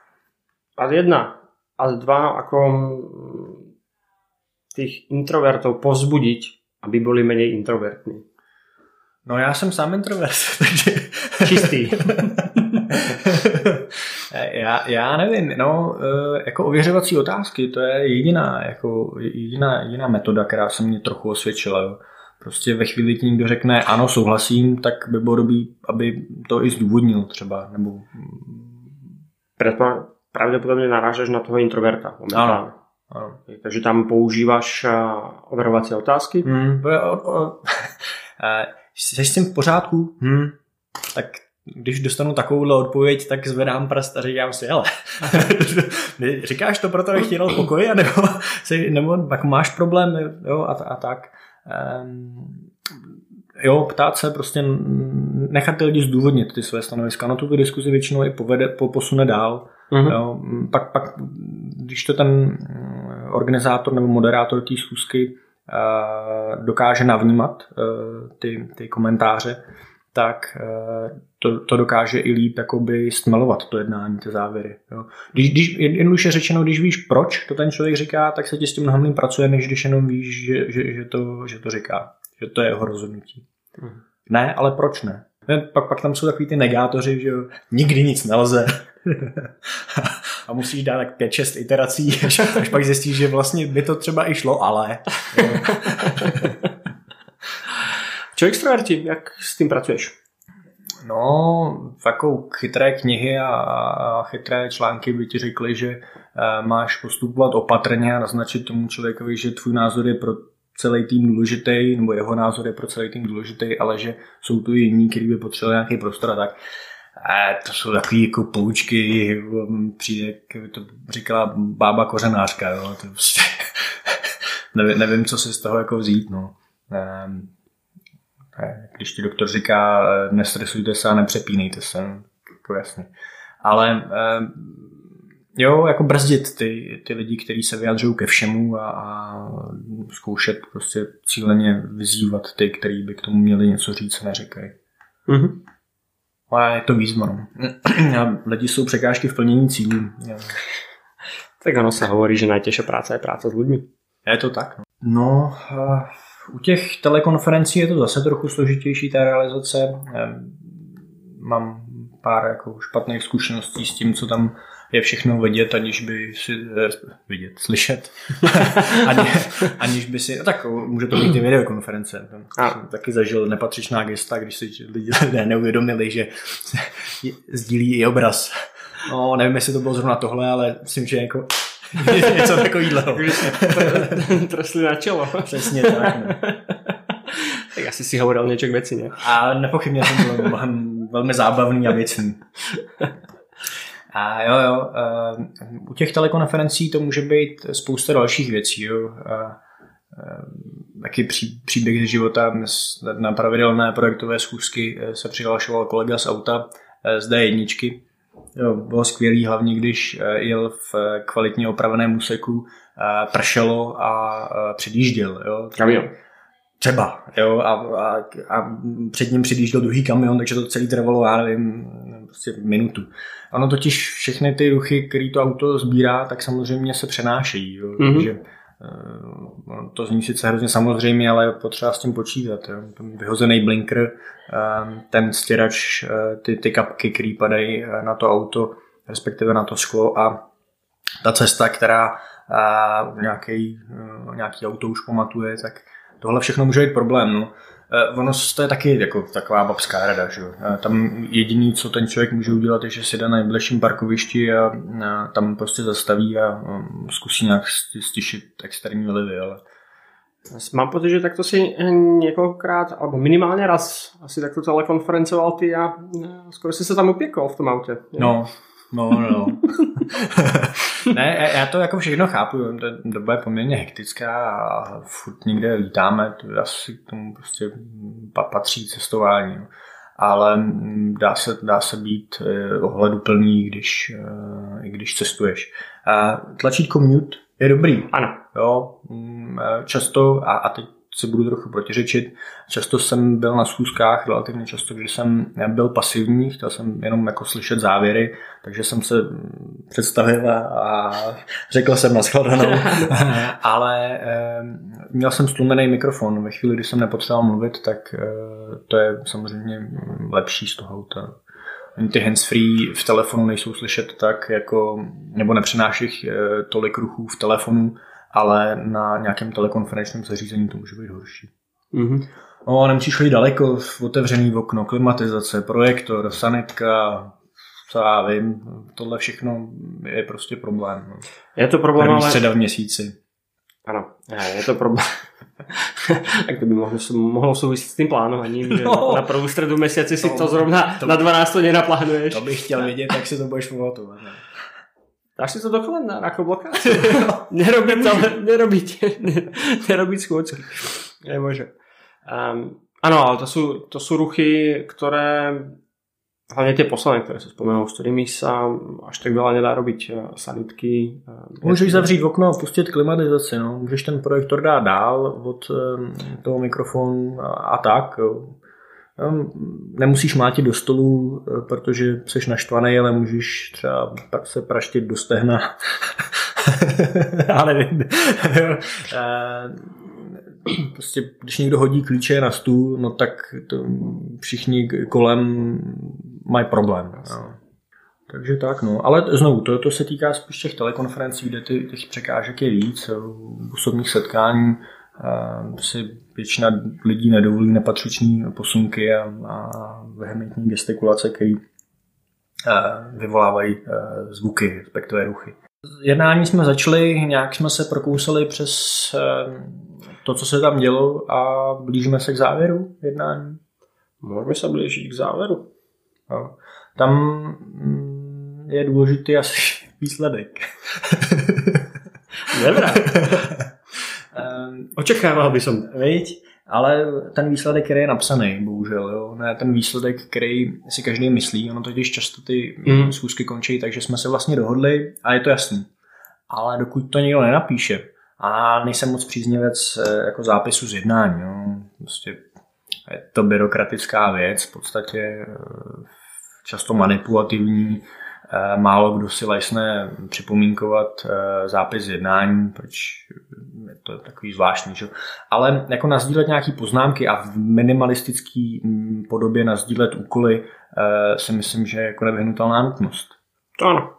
A jedna, a dva, ako tých introvertov povzbudiť aby byli méně introvertní? No já jsem sám introvert, takže... Čistý. já, já nevím, no, jako ověřovací otázky, to je jediná, jako jediná, jediná metoda, která se mě trochu osvědčila, jo. Prostě ve chvíli ti někdo řekne ano, souhlasím, tak by bylo dobrý, aby to i zdůvodnil třeba, nebo... Preto pravděpodobně narážeš na toho introverta. Ano. Ano. Takže tam používáš overovací otázky? Hmm, o, o, jsi s tím v pořádku? Hmm. Tak když dostanu takovouhle odpověď, tak zvedám prst a říkám si, hele, říkáš to proto, abych chtěl pokoj, nebo, nebo jako máš problém, jo, a, a tak. Um, jo, ptát se, prostě nechat ty lidi zdůvodnit ty své stanoviska. No tu diskuzi většinou i povede, po, posune dál. Uh-huh. Jo, pak, pak, když to ten organizátor nebo moderátor té schůzky uh, dokáže navnímat uh, ty, ty komentáře, tak uh, to, to dokáže i líp jakoby stmelovat to jednání, ty závěry. Jo. Když, když, jednoduše řečeno, když víš, proč to ten člověk říká, tak se ti s tím mnohem líp pracuje, než když jenom víš, že, že, že, to, že to říká. Že to je jeho rozhodnutí. Uh-huh. Ne, ale proč ne? Pak, pak tam jsou takový ty negátoři, že jo, nikdy nic nelze. A musíš dát tak pět šest iterací, až, až pak zjistíš, že vlastně by to třeba i šlo, ale... Čo extroverti, jak s tím pracuješ? No, jako chytré knihy a, a chytré články by ti řekly, že uh, máš postupovat opatrně a naznačit tomu člověkovi, že tvůj názor je pro celý tým důležitý, nebo jeho názor je pro celý tým důležitý, ale že jsou tu jiní, kteří by potřebovali nějaký prostor a tak. A to jsou takový jako poučky, přijde, jak to říkala bába kořenářka, jo, to prostě nevím, nevím, co si z toho jako vzít, no. Když ti doktor říká, nestresujte se a nepřepínejte se, jako jasně. Ale jo, jako brzdit ty, ty lidi, kteří se vyjadřují ke všemu a, a zkoušet prostě cíleně vyzývat ty, kteří by k tomu měli něco říct, se neříkají. Mm-hmm. Ale je to výzva, no. Lidi jsou překážky v plnění cílů. Tak ono se hovorí, že nejtěžší práce je práce s lidmi. Je to tak, no. No, u těch telekonferencí je to zase trochu složitější, ta realizace. Mám pár jako špatných zkušeností s tím, co tam je všechno vidět, aniž by si vidět, slyšet. Ani, aniž by si, no tak může to být i videokonference. A taky zažil nepatřičná gesta, když si lidi neuvědomili, že sdílí i obraz. No, nevím, jestli to bylo zrovna tohle, ale myslím, že jako něco takovýhle. Trosli na čelo. Přesně tak. No. Tak asi si hovoril něček věci, ne? A nepochybně jsem byl velmi zábavný a věcný. A jo, jo, uh, u těch telekonferencí to může být spousta dalších věcí, jo. Uh, uh, taky pří, příběh ze života. Na pravidelné projektové schůzky se přihlašoval kolega z auta uh, z dé jedna. Jo, bylo skvělý, hlavně když uh, jel v kvalitně opraveném úseku, uh, pršelo a uh, předjížděl, jo. Kamion. Třeba, jo, a, a, a před ním předjížděl druhý kamion, takže to celý trvalo, já nevím, prostě minutu. Ono totiž všechny ty ruchy, které to auto sbírá, tak samozřejmě se přenášejí, jo, mm-hmm. takže uh, to zní sice hrozně samozřejmě, ale potřeba s tím počítat, jo. Ten vyhozený blinker, uh, ten stěrač, uh, ty, ty kapky, které padají na to auto, respektive na to sklo a ta cesta, která uh, nějaký, uh, nějaký auto už pamatuje, tak tohle všechno může být problém, no. Ono to je taky jako taková babská rada, že jo. Tam jediný, co ten člověk může udělat, je, že si jde na nejbližším parkovišti a, a tam prostě zastaví a, a zkusí nějak stišit externí vlivy, ale... Mám pocit, že takto si několikrát, alebo minimálně raz asi takto telekonferencoval ty a skoro si se tam upěkol v tom autě. No, no, no, no. Ne, já to jako všechno chápu, ta doba je poměrně hektická a furt někde lítáme, to asi k tomu prostě patří cestování, no. Ale dá se, dá se být ohleduplný, když, i když cestuješ. A tlačítko mute je dobrý. Ano. Jo, často, a, a teď se budu trochu protiřečit. Často jsem byl na schůzkách, relativně často, když jsem byl pasivní, chtěl jsem jenom jako slyšet závěry, takže jsem se představil a řekl jsem nashledanou, ale měl jsem stlumený mikrofon. Ve chvíli, kdy jsem nepotřeboval mluvit, tak to je samozřejmě lepší z toho auta. Ty handsfree v telefonu nejsou slyšet tak, jako, nebo nepřenáších tolik ruchů v telefonu, ale na nějakém telekonferenčním zařízení to může být horší. Mm-hmm. No, nemusíš chodit daleko, otevřený okno, klimatizace, projektor, sanitka, co já vím, tohle všechno je prostě problém. No. Je to problém, První ale... středa v měsíci. Ano, je to problém. Tak to by mohlo, mohlo souviset s tím plánováním, že no. Na prvou středu měsíci si to, to zrovna to, na dvanáct hodin naplánuješ. To bych chtěl vidět, jak si to budeš pamatovat. Ne? Dáš si to do kalendára jako blokáci? Nerobit, ale nerobit, nerobit schôdzky. Nemôže. Um, ano, ale to sú, to sú ruchy, ktoré, hlavne tie posledné, ktoré sa spomenul, s ktorými sa až tak veľa nedá robiť. Sanitky. Můžeš zavřít okno a pustit klimatizaci. No. Můžeš ten projektor dát dál od toho mikrofonu a, a tak. Jo. Nemusíš mlátit do stolu, protože jsi naštvaný, ale můžeš třeba se praštit do stehna. Já nevím. Prostě, když někdo hodí klíče na stůl, no tak to všichni kolem mají problém. No. Takže tak, no. Ale znovu, to, to se týká spíš těch telekonferencí, kde ty, těch překážek je víc, osobních setkání, si většina lidí nedovolí nepatřičné posunky a, a vehementní gestikulace, které vyvolávají zvuky, respektive ruchy. Jednání jsme začali, nějak jsme se prokousali přes to, co se tam dělo a blížíme se k závěru jednání. Můžeme se blížit k závěru. No. Tam je důležitý asi výsledek. Dobrá. Očekával by som. Viď? Ale ten výsledek, který je napsaný, bohužel, jo? Ne ten výsledek, který si každý myslí. Ono totiž často ty mm. schůzky končí, takže jsme se vlastně dohodli a je to jasný. Ale dokud to někdo nenapíše, a nejsem moc příznivec jako zápisu z jednání, jo? Prostě je to byrokratická věc, v podstatě často manipulativní. Málo kdo si lajsne připomínkovat zápis jednání, proč je to takový zvláštní. Že? Ale jako nazdílet nějaký poznámky a v minimalistické podobě nazdílet úkoly si myslím, že je jako nevyhnutelná nutnost. To ano.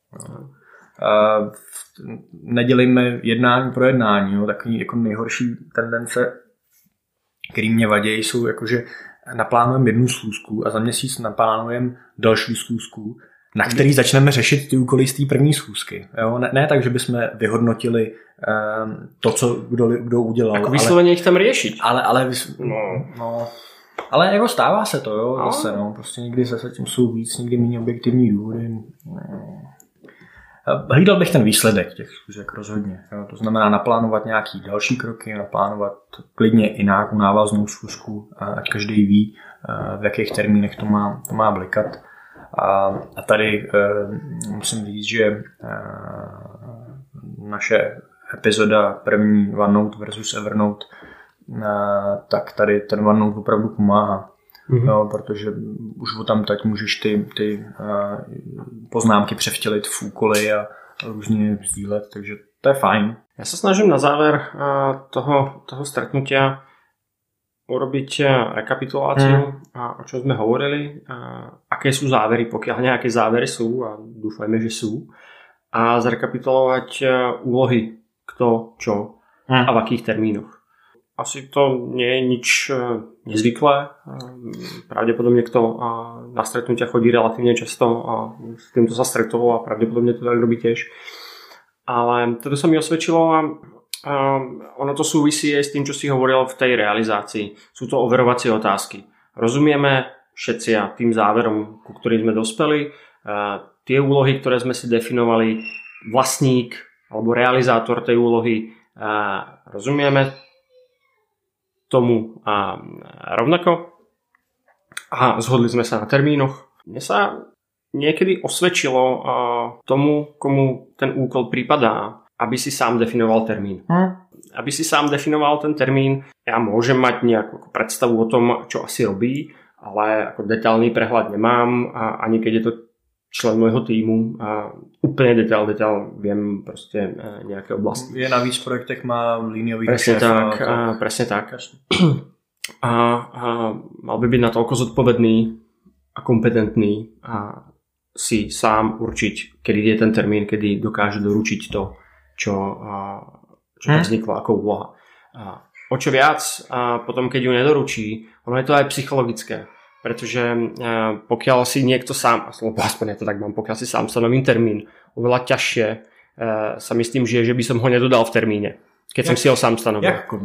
Nedělejme jednání pro jednání. Jo? Takový jako nejhorší tendence, který mě vadí, jsou jakože naplánujeme jednu schůzku a za měsíc naplánujeme další schůzku, na který začneme řešit ty úkoly z té první schůzky. Jo? Ne, ne tak, že bychom vyhodnotili um, to, co kdo, kdo udělal. Jako vysloveně jich tam řešit. Ale, ale, vys... no. No. ale jako stává se to, jo, zase, no. Prostě někdy zase tím jsou víc, někdy méně objektivní důvody. Hlídal bych ten výsledek těch schůzek rozhodně. Jo? To znamená naplánovat nějaký další kroky, naplánovat klidně i nějakou návaznou schůzku, ať každý ví, v jakých termínech to má, to má blikat. A, a tady uh, musím říct, že uh, naše epizoda první OneNote versus Evernote, uh, tak tady ten OneNote opravdu pomáhá. Mm-hmm. Jo, protože už o tam teď můžeš ty, ty uh, poznámky převtělit v úkoly a různě sdílet, takže to je fajn. Já se snažím na záver uh, toho, toho stretnutia urobiť rekapituláciu, mm. o čom sme hovorili, a aké sú závery, pokiaľ nejaké závery sú, a dúfajme, že sú, a zrekapitulovať úlohy, kto, čo mm. a v akých termínoch. Asi to nie je nič nezvyklé. Pravdepodobne kto na stretnutia chodí relatívne často a s týmto sa stretol a pravdepodobne to tak robí tiež. Ale toto sa mi osvedčilo a Um, ono to súvisí aj s tým, čo si hovoril v tej realizácii. Sú to overovacie otázky. Rozumieme všetci a tým záverom, ku ktorým sme dospeli, uh, tie úlohy, ktoré sme si definovali, vlastník alebo realizátor tej úlohy, uh, rozumieme tomu uh, rovnako a zhodli sme sa na termínoch. Mne sa niekedy osvedčilo uh, tomu, komu ten úkol prípadá, aby si sám definoval termín. Hmm. aby si sám definoval ten termín. Ja môžem mať nejakú predstavu o tom, čo asi robí, ale ako detailný prehľad nemám a ani keď je to člen môjho týmu a úplne detail, detail viem proste nejaké oblasti. Je na víc projektech má líniový presne šéf. Tak, a, presne tak. A, a mal by byť natoľko zodpovedný a kompetentný a si sám určiť, kedy je ten termín, kedy dokáže doručiť to, čo, čo hmm. vzniklo ako úloha. A o čo viac, a potom keď ju nedoručí, ono je to aj psychologické. Pretože pokiaľ si niekto sám, aspoň ja to tak mám, pokiaľ si sám stanovím termín, oveľa ťažšie sa mi s tým žije, že by som ho nedodal v termíne, keď jak, som si ho sám stanovil. Jak?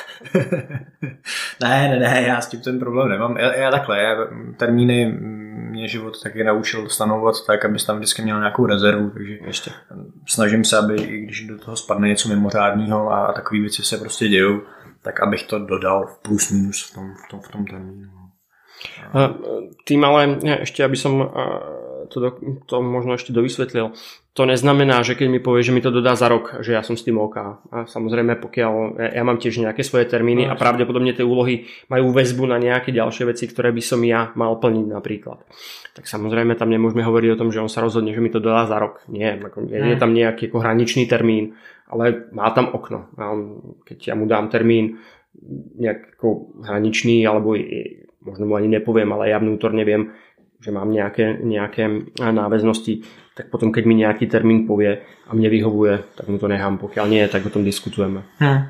ne, ne, ne, já s tím ten problém nemám. Já, já takhle, já, termíny mě život taky naučil stanovovat tak, abys tam vždycky měl nějakou rezervu, takže ještě snažím se, aby i když do toho spadne něco mimořádného a, a takové věci se prostě dějou, tak abych to dodal v plus minus v tom, v tom, v tom termínu. Tým ale ešte, aby som to, to možno ešte dovysvetlil, to neznamená, že keď mi povie, že mi to dodá za rok, že ja som s tým OK. A samozrejme, pokiaľ ja mám tiež nejaké svoje termíny a pravdepodobne tie úlohy majú väzbu na nejaké ďalšie veci, ktoré by som ja mal plniť napríklad. Tak samozrejme tam nemôžeme hovoriť o tom, že on sa rozhodne, že mi to dodá za rok. Nie, je tam nejaký ako hraničný termín, ale má tam okno. A on, keď ja mu dám termín nejak hraničný alebo možno mu ani nepoviem, ale ja vnútorne viem, že mám nejaké, nejaké náväznosti, tak potom keď mi nejaký termín povie a mne vyhovuje, tak mu to nechám. Pokiaľ nie, tak o tom diskutujeme. Hmm.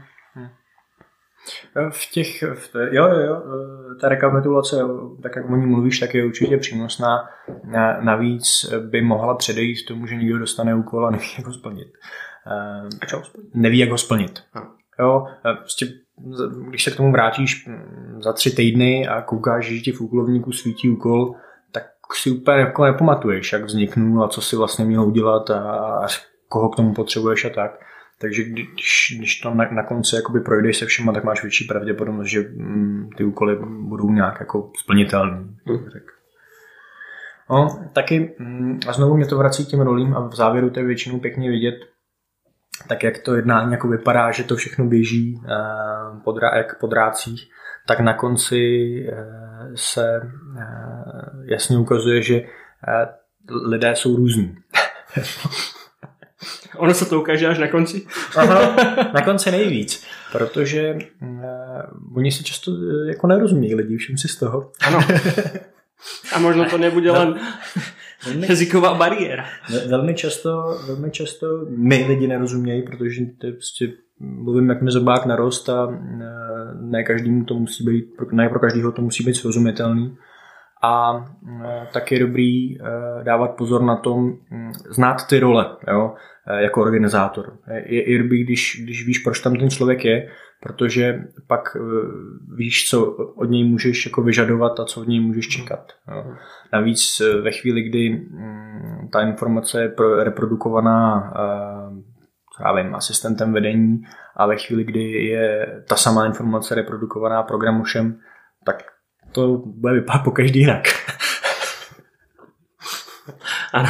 V těch, v té, jo, jo, jo, ta rekapitulace, tak jak o ní mluvíš, tak je určitě přínosná. Navíc by mohla předejít tomu, že někdo dostane úkol a neví, jak ho splnit. A čo ho splnit? Neví, jak ho splnit. Jo, prostě když se k tomu vrátíš za tři týdny a koukáš, že ti v úkolovníku svítí úkol, tak si úplně jako nepamatuješ, jak vzniknul a co si vlastně měl udělat a koho k tomu potřebuješ a tak. Takže když, když to na, na konci jakoby projdeš se všema, tak máš větší pravděpodobnost, že mm, ty úkoly budou nějak jako splnitelný. Hmm. No, taky mm, a znovu mě to vrací k těm rolím a v závěru to je většinou pěkně vidět, tak jak to jednání jako vypadá, že to všechno běží eh, po, drá, jak po drácích, tak na konci eh, se eh, jasně ukazuje, že eh, lidé jsou různí. Ono se to ukáže až na konci? Aha, na konci nejvíc, protože uh, oni si často uh, jako nerozumí lidi, všem si z toho. Ano. A možno to nebude len no, jazyková bariéra. Velmi často, velmi často my lidi nerozumějí, protože to je prostě, mluvím, jak mi zobák narost a uh, ne každému to musí být, ne pro každého to musí být srozumitelný. A e, tak je dobrý e, dávat pozor na tom, m, znát ty role, jo, e, jako organizátor. Je, je dobrý, když, když víš, proč tam ten člověk je, protože pak e, víš, co od něj můžeš jako vyžadovat a co od něj můžeš čekat. Jo. Navíc e, ve chvíli, kdy m, ta informace je pro, reprodukovaná e, já vím, asistentem vedení a ve chvíli, kdy je ta samá informace reprodukovaná programušem, tak to bude vypadat po každý jinak. Ano.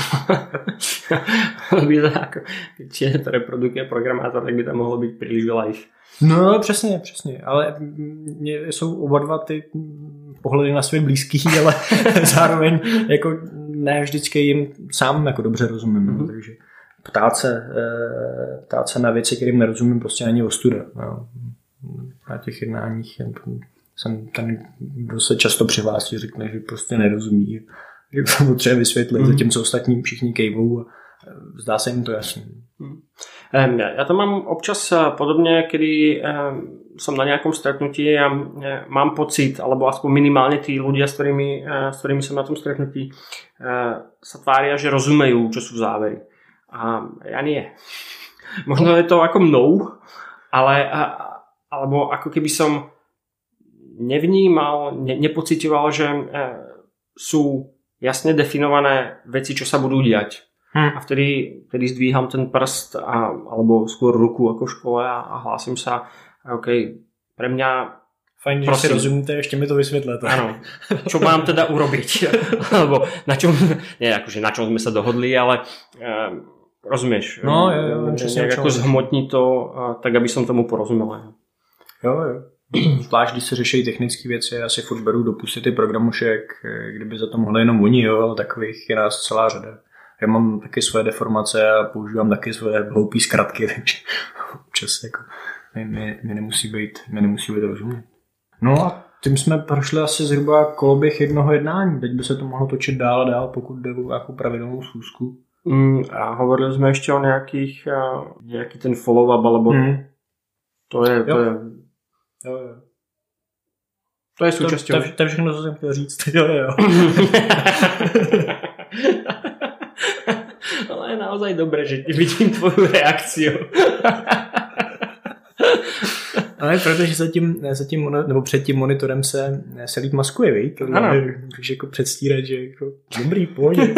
Když to reprodukuje programátor, tak by tam mohlo být příliš live. No přesně, přesně. Ale jsou oba dva ty pohledy na svět blízký, ale zároveň jako ne vždycky jim sám jako dobře rozumím. Mm-hmm. Takže ptát se, ptát se na věci, kterým nerozumím, prostě není ostuda. No. Na těch jednáních jsem ten, kdo se často přihlásí, řekne, že prostě nerozumí, že to potřebuje vysvětlit, mm. zatímco ostatní všichni kejvou a zdá se jim to jasný. Mm. Ja to mám občas podobne, kedy som na nejakom stretnutí a mám pocit, alebo aspoň minimálne tí ľudia, s ktorými, s ktorými som na tom stretnutí, sa tvária, že rozumejú, čo sú závery. A ja nie. Možno je to ako mnou, ale alebo ako keby som nevnímal, ne, nepocitoval, že e, sú jasne definované veci, čo sa budú diať. Hmm. A vtedy, vtedy zdvíham ten prst a, alebo skôr ruku ako v škole a, a hlásim sa. OK, pre mňa fajn, že si rozumíte, ešte mi to vysvetlete. Áno, čo mám teda urobiť? Alebo na čom, nie, akože na čom sme sa dohodli, ale e, Rozumieš? No, jo, jo, přesně. Jako zhmotní to, tak aby som tomu porozuměl. Jo, jo. Zvlášť, když se řeší technické věci, já si furt beru do pusy ty programušek, kdyby za to mohli jenom oni, jo, ale takových je nás celá řada. Já mám taky svoje deformace a používám taky svoje hloupý zkratky, takže občas jako mi, mi, mi nemusí být, mi nemusí být rozumět. No a tím jsme prošli asi zhruba koloběh jednoho jednání. Teď by se to mohlo točit dál a dál, pokud jde o nějakou pravidelnou schůzku. Mm, a hovorili jsme ještě o nějakých, uh, nějaký ten follow-up, alebo mm. to je... To jo. je... Jo, jo. To je součástí. To, to, to je všechno, co jsem chtěl říct. Jo, jo. Ale je naozaj dobré, že vidím tvoju reakciu. Ale protože za tím, za tím, nebo před tím monitorem se, se líp maskuje, víš? To můžeš jako předstírat, že jako dobrý, pohodě.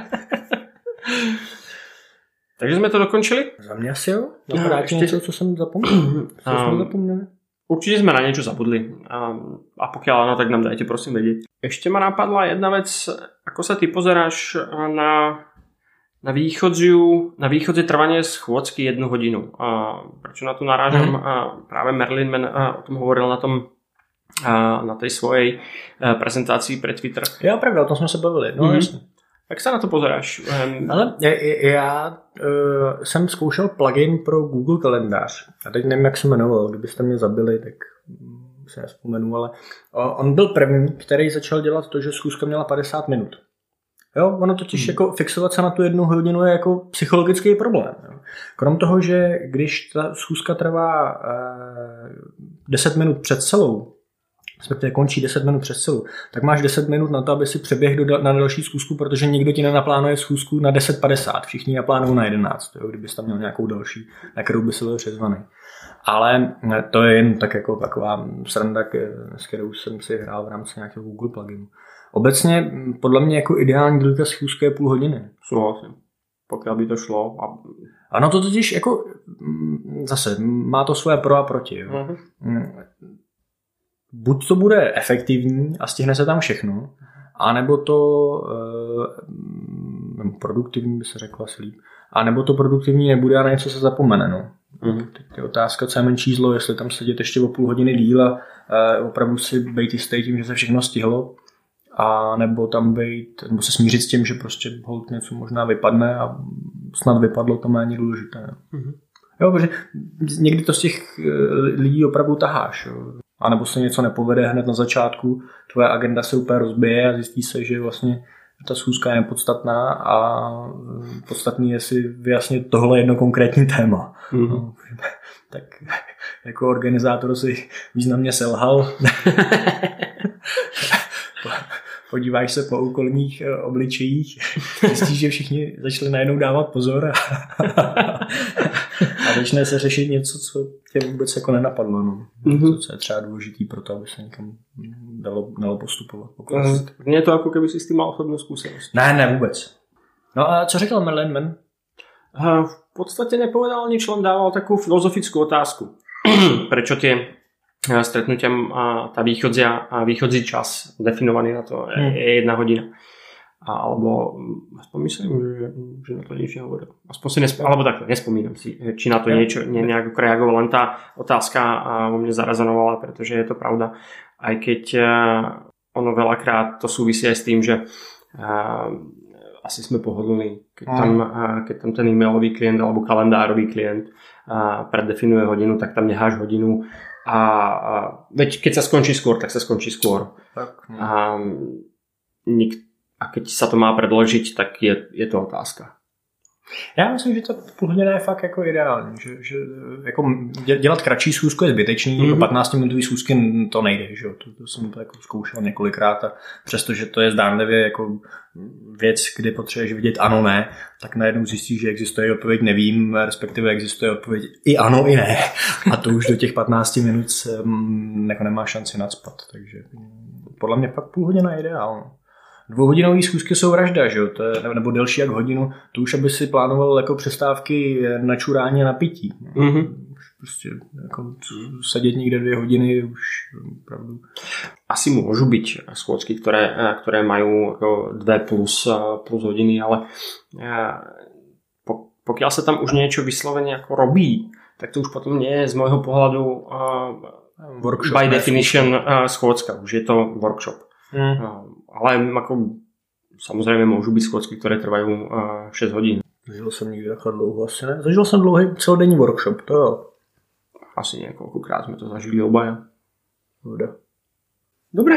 Takže jsme to dokončili? Za mě asi jo. Napadá ti něco, co jsem zapomněl? Co um, jsme zapomněli? Určite sme na niečo zabudli. A, a pokiaľ áno, tak nám dajte prosím vedieť. Ešte ma napadla jedna vec, ako sa ty pozeráš na, na východziu, na východze trvanie schôdzky jednu hodinu. A prečo na to narážam? Mm. A práve Merlin Man a, o tom hovoril na tom a, na tej svojej a, prezentácii pre Twitter. Jo, pravda, o tom sme sa bavili. No, mm. jasne. Jak se na to pozeráš? Ale já uh, jsem zkoušel plugin pro Google kalendář. A teď nevím, jak se jmenoval. Kdybyste mě zabili, tak se nevzpomenu, ale on byl první, který začal dělat to, že schůzka měla padesát minut. Jo, ono totiž hmm. jako fixovat se na tu jednu hodinu je jako psychologický problém. Jo. Krom toho, že když ta schůzka trvá uh, deset minut před celou, respektive končí deset minut přes celou, tak máš deset minut na to, aby si přeběhl do, na další schůzku, protože nikdo ti nenaplánuje schůzku na deset padesát. Všichni naplánují na jedenáct, jo, kdybys tam měl nějakou další, na kterou by se byl přezvaný. Ale to je jen tak jako taková sranda, s kterou jsem si hrál v rámci nějakého Google pluginu. Obecně podle mě jako ideální délka schůzky je půl hodiny. Souhlasím. Pokud by to šlo. A... Ano, to totiž jako zase má to svoje pro a proti. Jo. Uh-huh. Buď to bude efektivní a stihne se tam všechno, anebo to e, produktivní by se řeklo asi líp, anebo to produktivní nebude a na něco se zapomene. No. Mm-hmm. Teď je otázka, co je menší zlo, jestli tam sedět ještě o půl hodiny díl a e, opravdu si být jistý tím, že se všechno stihlo, a nebo tam být, nebo se smířit s tím, že prostě holt něco možná vypadne a snad vypadlo, to méně důležité. Mm-hmm. Jo, protože někdy to z těch lidí opravdu taháš. Jo. A nebo se něco nepovede hned na začátku, tvoje agenda se úplně rozbije a zjistí se, že vlastně ta schůzka je nepodstatná a podstatný je si vyjasnit tohle jedno konkrétní téma. Mm-hmm. No, tak jako organizátor si významně selhal. Podíváš se po okolních obličejích, zjistíš, že všichni začali najednou dávat pozor a, a začne se řešit něco, co tě vůbec jako nenapadlo. No. Mm-hmm. Co je třeba důležitý pro to, aby se někam dalo, dalo postupovat. Mm. Mně je to jako keby si s tím mal osobnou zkušenost. Ne, ne, vůbec. No a co říkal Merlin Man? V podstatě nepovedal nič, len dával takovou filozofickou otázku. Prečo tie stretnutia a tá východzia a východzí čas definovaný na to je, je jedna hodina. A, alebo aspoň myslím, že, že na to nič nehovoril. Aspoň si nesp- alebo takto, nespomínam si, či na to niečo ne, nejak reagoval. Len tá otázka vo mne zarezonovala, pretože je to pravda. Aj keď ono veľakrát to súvisí aj s tým, že a, asi sme pohodlní, keď tam, a, keď tam ten e-mailový klient alebo kalendárový klient a, preddefinuje hodinu, tak tam necháš hodinu. A, a veď keď sa skončí skôr, tak sa skončí skôr. Tak, a, nik, a keď sa to má predložiť, tak je, je to otázka. Já myslím, že ta půl hodina je fakt jako ideální. Že, že jako dělat kratší schůzku je zbytečný, mm-hmm. patnáctiminutový schůzky to nejde. Že? To, to jsem to jako zkoušel několikrát a přestože to je zdánlivě jako věc, kdy potřebuješ vidět ano, ne, tak najednou zjistíš, že existuje odpověď nevím, respektive existuje odpověď i ano, i ne. A to už do těch patnácti minut jako nemá šanci nacpat. Takže podle mě fakt půl hodina je ideální. Dvouhodinové schůzky jsou vražda, že jo? To je, nebo delší jak hodinu, to už aby si plánoval jako přestávky na čurání a na pití. Mm-hmm. Prostě jako sedět někde dvě hodiny už opravdu. Asi môžu byť schôdzky, ktoré, ktoré majú ako dve plus, plus hodiny, ale pokiaľ sa tam už niečo vyslovene ako robí, tak to už potom nie je z môjho pohľadu uh, workshop, by definition uh, schôdzka, už je to workshop. Mm. Uh, ale ako samozrejme môžu byť schôdzky, ktoré trvajú uh, šesť hodín. Zažil jsem nikdy takhle dlouho, asi ne. Zažil jsem dlouhý celodenní workshop, to jo. Asi niekoľkokrát sme to zažili obaja. Voda. Dobre.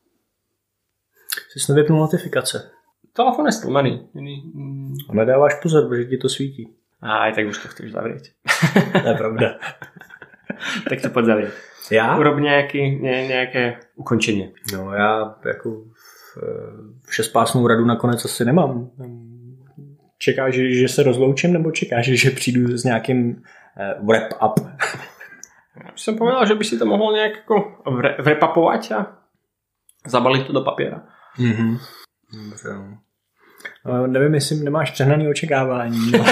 Jsi nevypnul notifikace. Telefon je stlmený. A nedáváš pozor, protože ti to svítí. A aj tak už to chceš zavrieť. To je pravda. Tak to poď zavrieť. Já? Urob nejaký, ne, nejaké ukončenie. No já jako v, v šestpásnou radu nakonec asi nemám. Čekáš, že, že se rozloučím, nebo čekáš, že přijdu s nějakým uh, wrap-up? Ja by som povedal, že by si to mohol nejak ako wrap-upovať a zabaliť to do papiera. Mhm. Dobře. No, nevím, jestli nemáš přehnaný očekávání. No.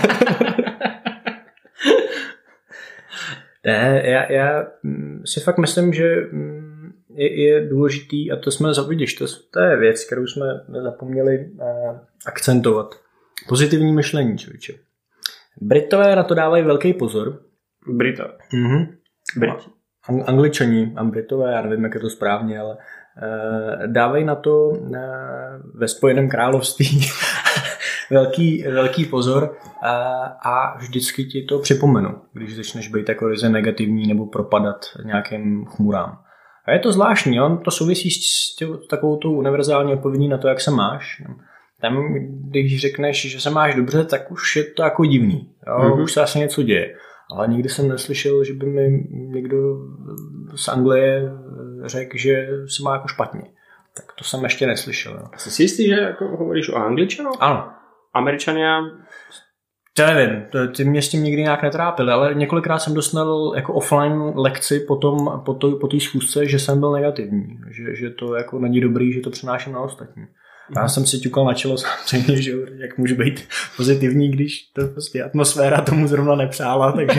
Ne, já, já si fakt myslím, že je, je důležitý, a to jsme zavidíš, to, to je věc, kterou jsme zapomněli eh, akcentovat. Pozitivní myšlení, člověče. Britové na to dávají velký pozor. Britové. Mhm. Briti. Ang- Angličani a Britové, já nevím, jak je to správně, ale eh, dávají na to eh, ve Spojeném království velký, velký pozor a, a vždycky ti to připomenu, když začneš být jako ryze negativní nebo propadat nějakým chmurám. A je to zvláštní, on to souvisí s tě, takovou tou univerzální odpovědí na to, jak se máš. Tam, když řekneš, že se máš dobře, tak už je to jako divný. Jo? Mm-hmm. Už se asi něco děje. Ale nikdy jsem neslyšel, že by mi někdo z Anglie řekl, že se má jako špatně. Tak to jsem ještě neslyšel. Jo. Jsi si jistý, že jako hovoríš o Angličanoch? Ano. Američania... To nevím, to, ty mě s tím nikdy nějak netrápili, ale několikrát jsem dostal jako offline lekci potom, po té po schůzce, že jsem byl negativní. Že, že to jako není dobrý, že to přenáším na ostatní. Já jsem si ťukal na čelo samozřejmě, že jak můžu být pozitivní, když to prostě atmosféra tomu zrovna nepřála, takže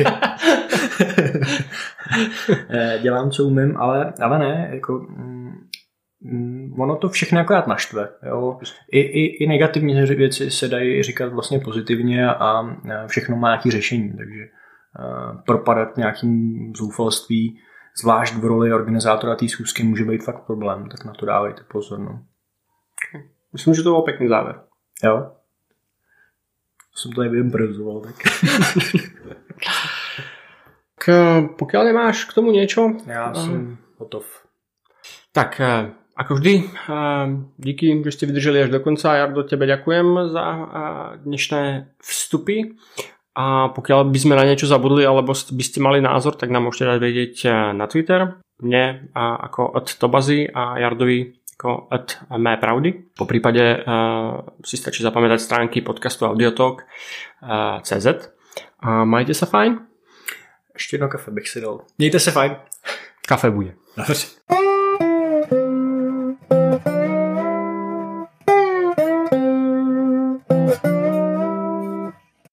dělám, co umím, ale, ale ne, jako mm, ono to všechno akorát naštve. Jo? I, i, I negativní věci se dají říkat vlastně pozitivně a všechno má nějaké řešení, takže uh, propadat nějakým zoufalství, zvlášť v roli organizátora té schůzky, může být fakt problém, tak na to dávejte pozor. No. Myslím, že to bol pekný záver. Jo. Som to aj vyimprovizoval. Tak. K, pokiaľ nemáš k tomu niečo... Ja som hotov. Tak, ako vždy, díky, že ste vydrželi až do konca. Jardo, tebe ďakujem za dnešné vstupy. A pokiaľ by sme na niečo zabudli, alebo by ste mali názor, tak nám môžete dať vedieť na Twitter. Mne ako od Tobazy a Jardovi ako od mé pravdy. Po prípade uh, si stačí zapamätať stránky podcastu Audiotalk uh, C Z. A majte sa fajn. Ještě jedno kafe bych si dal. Mějte se fajn. Kafe bude. Dobře.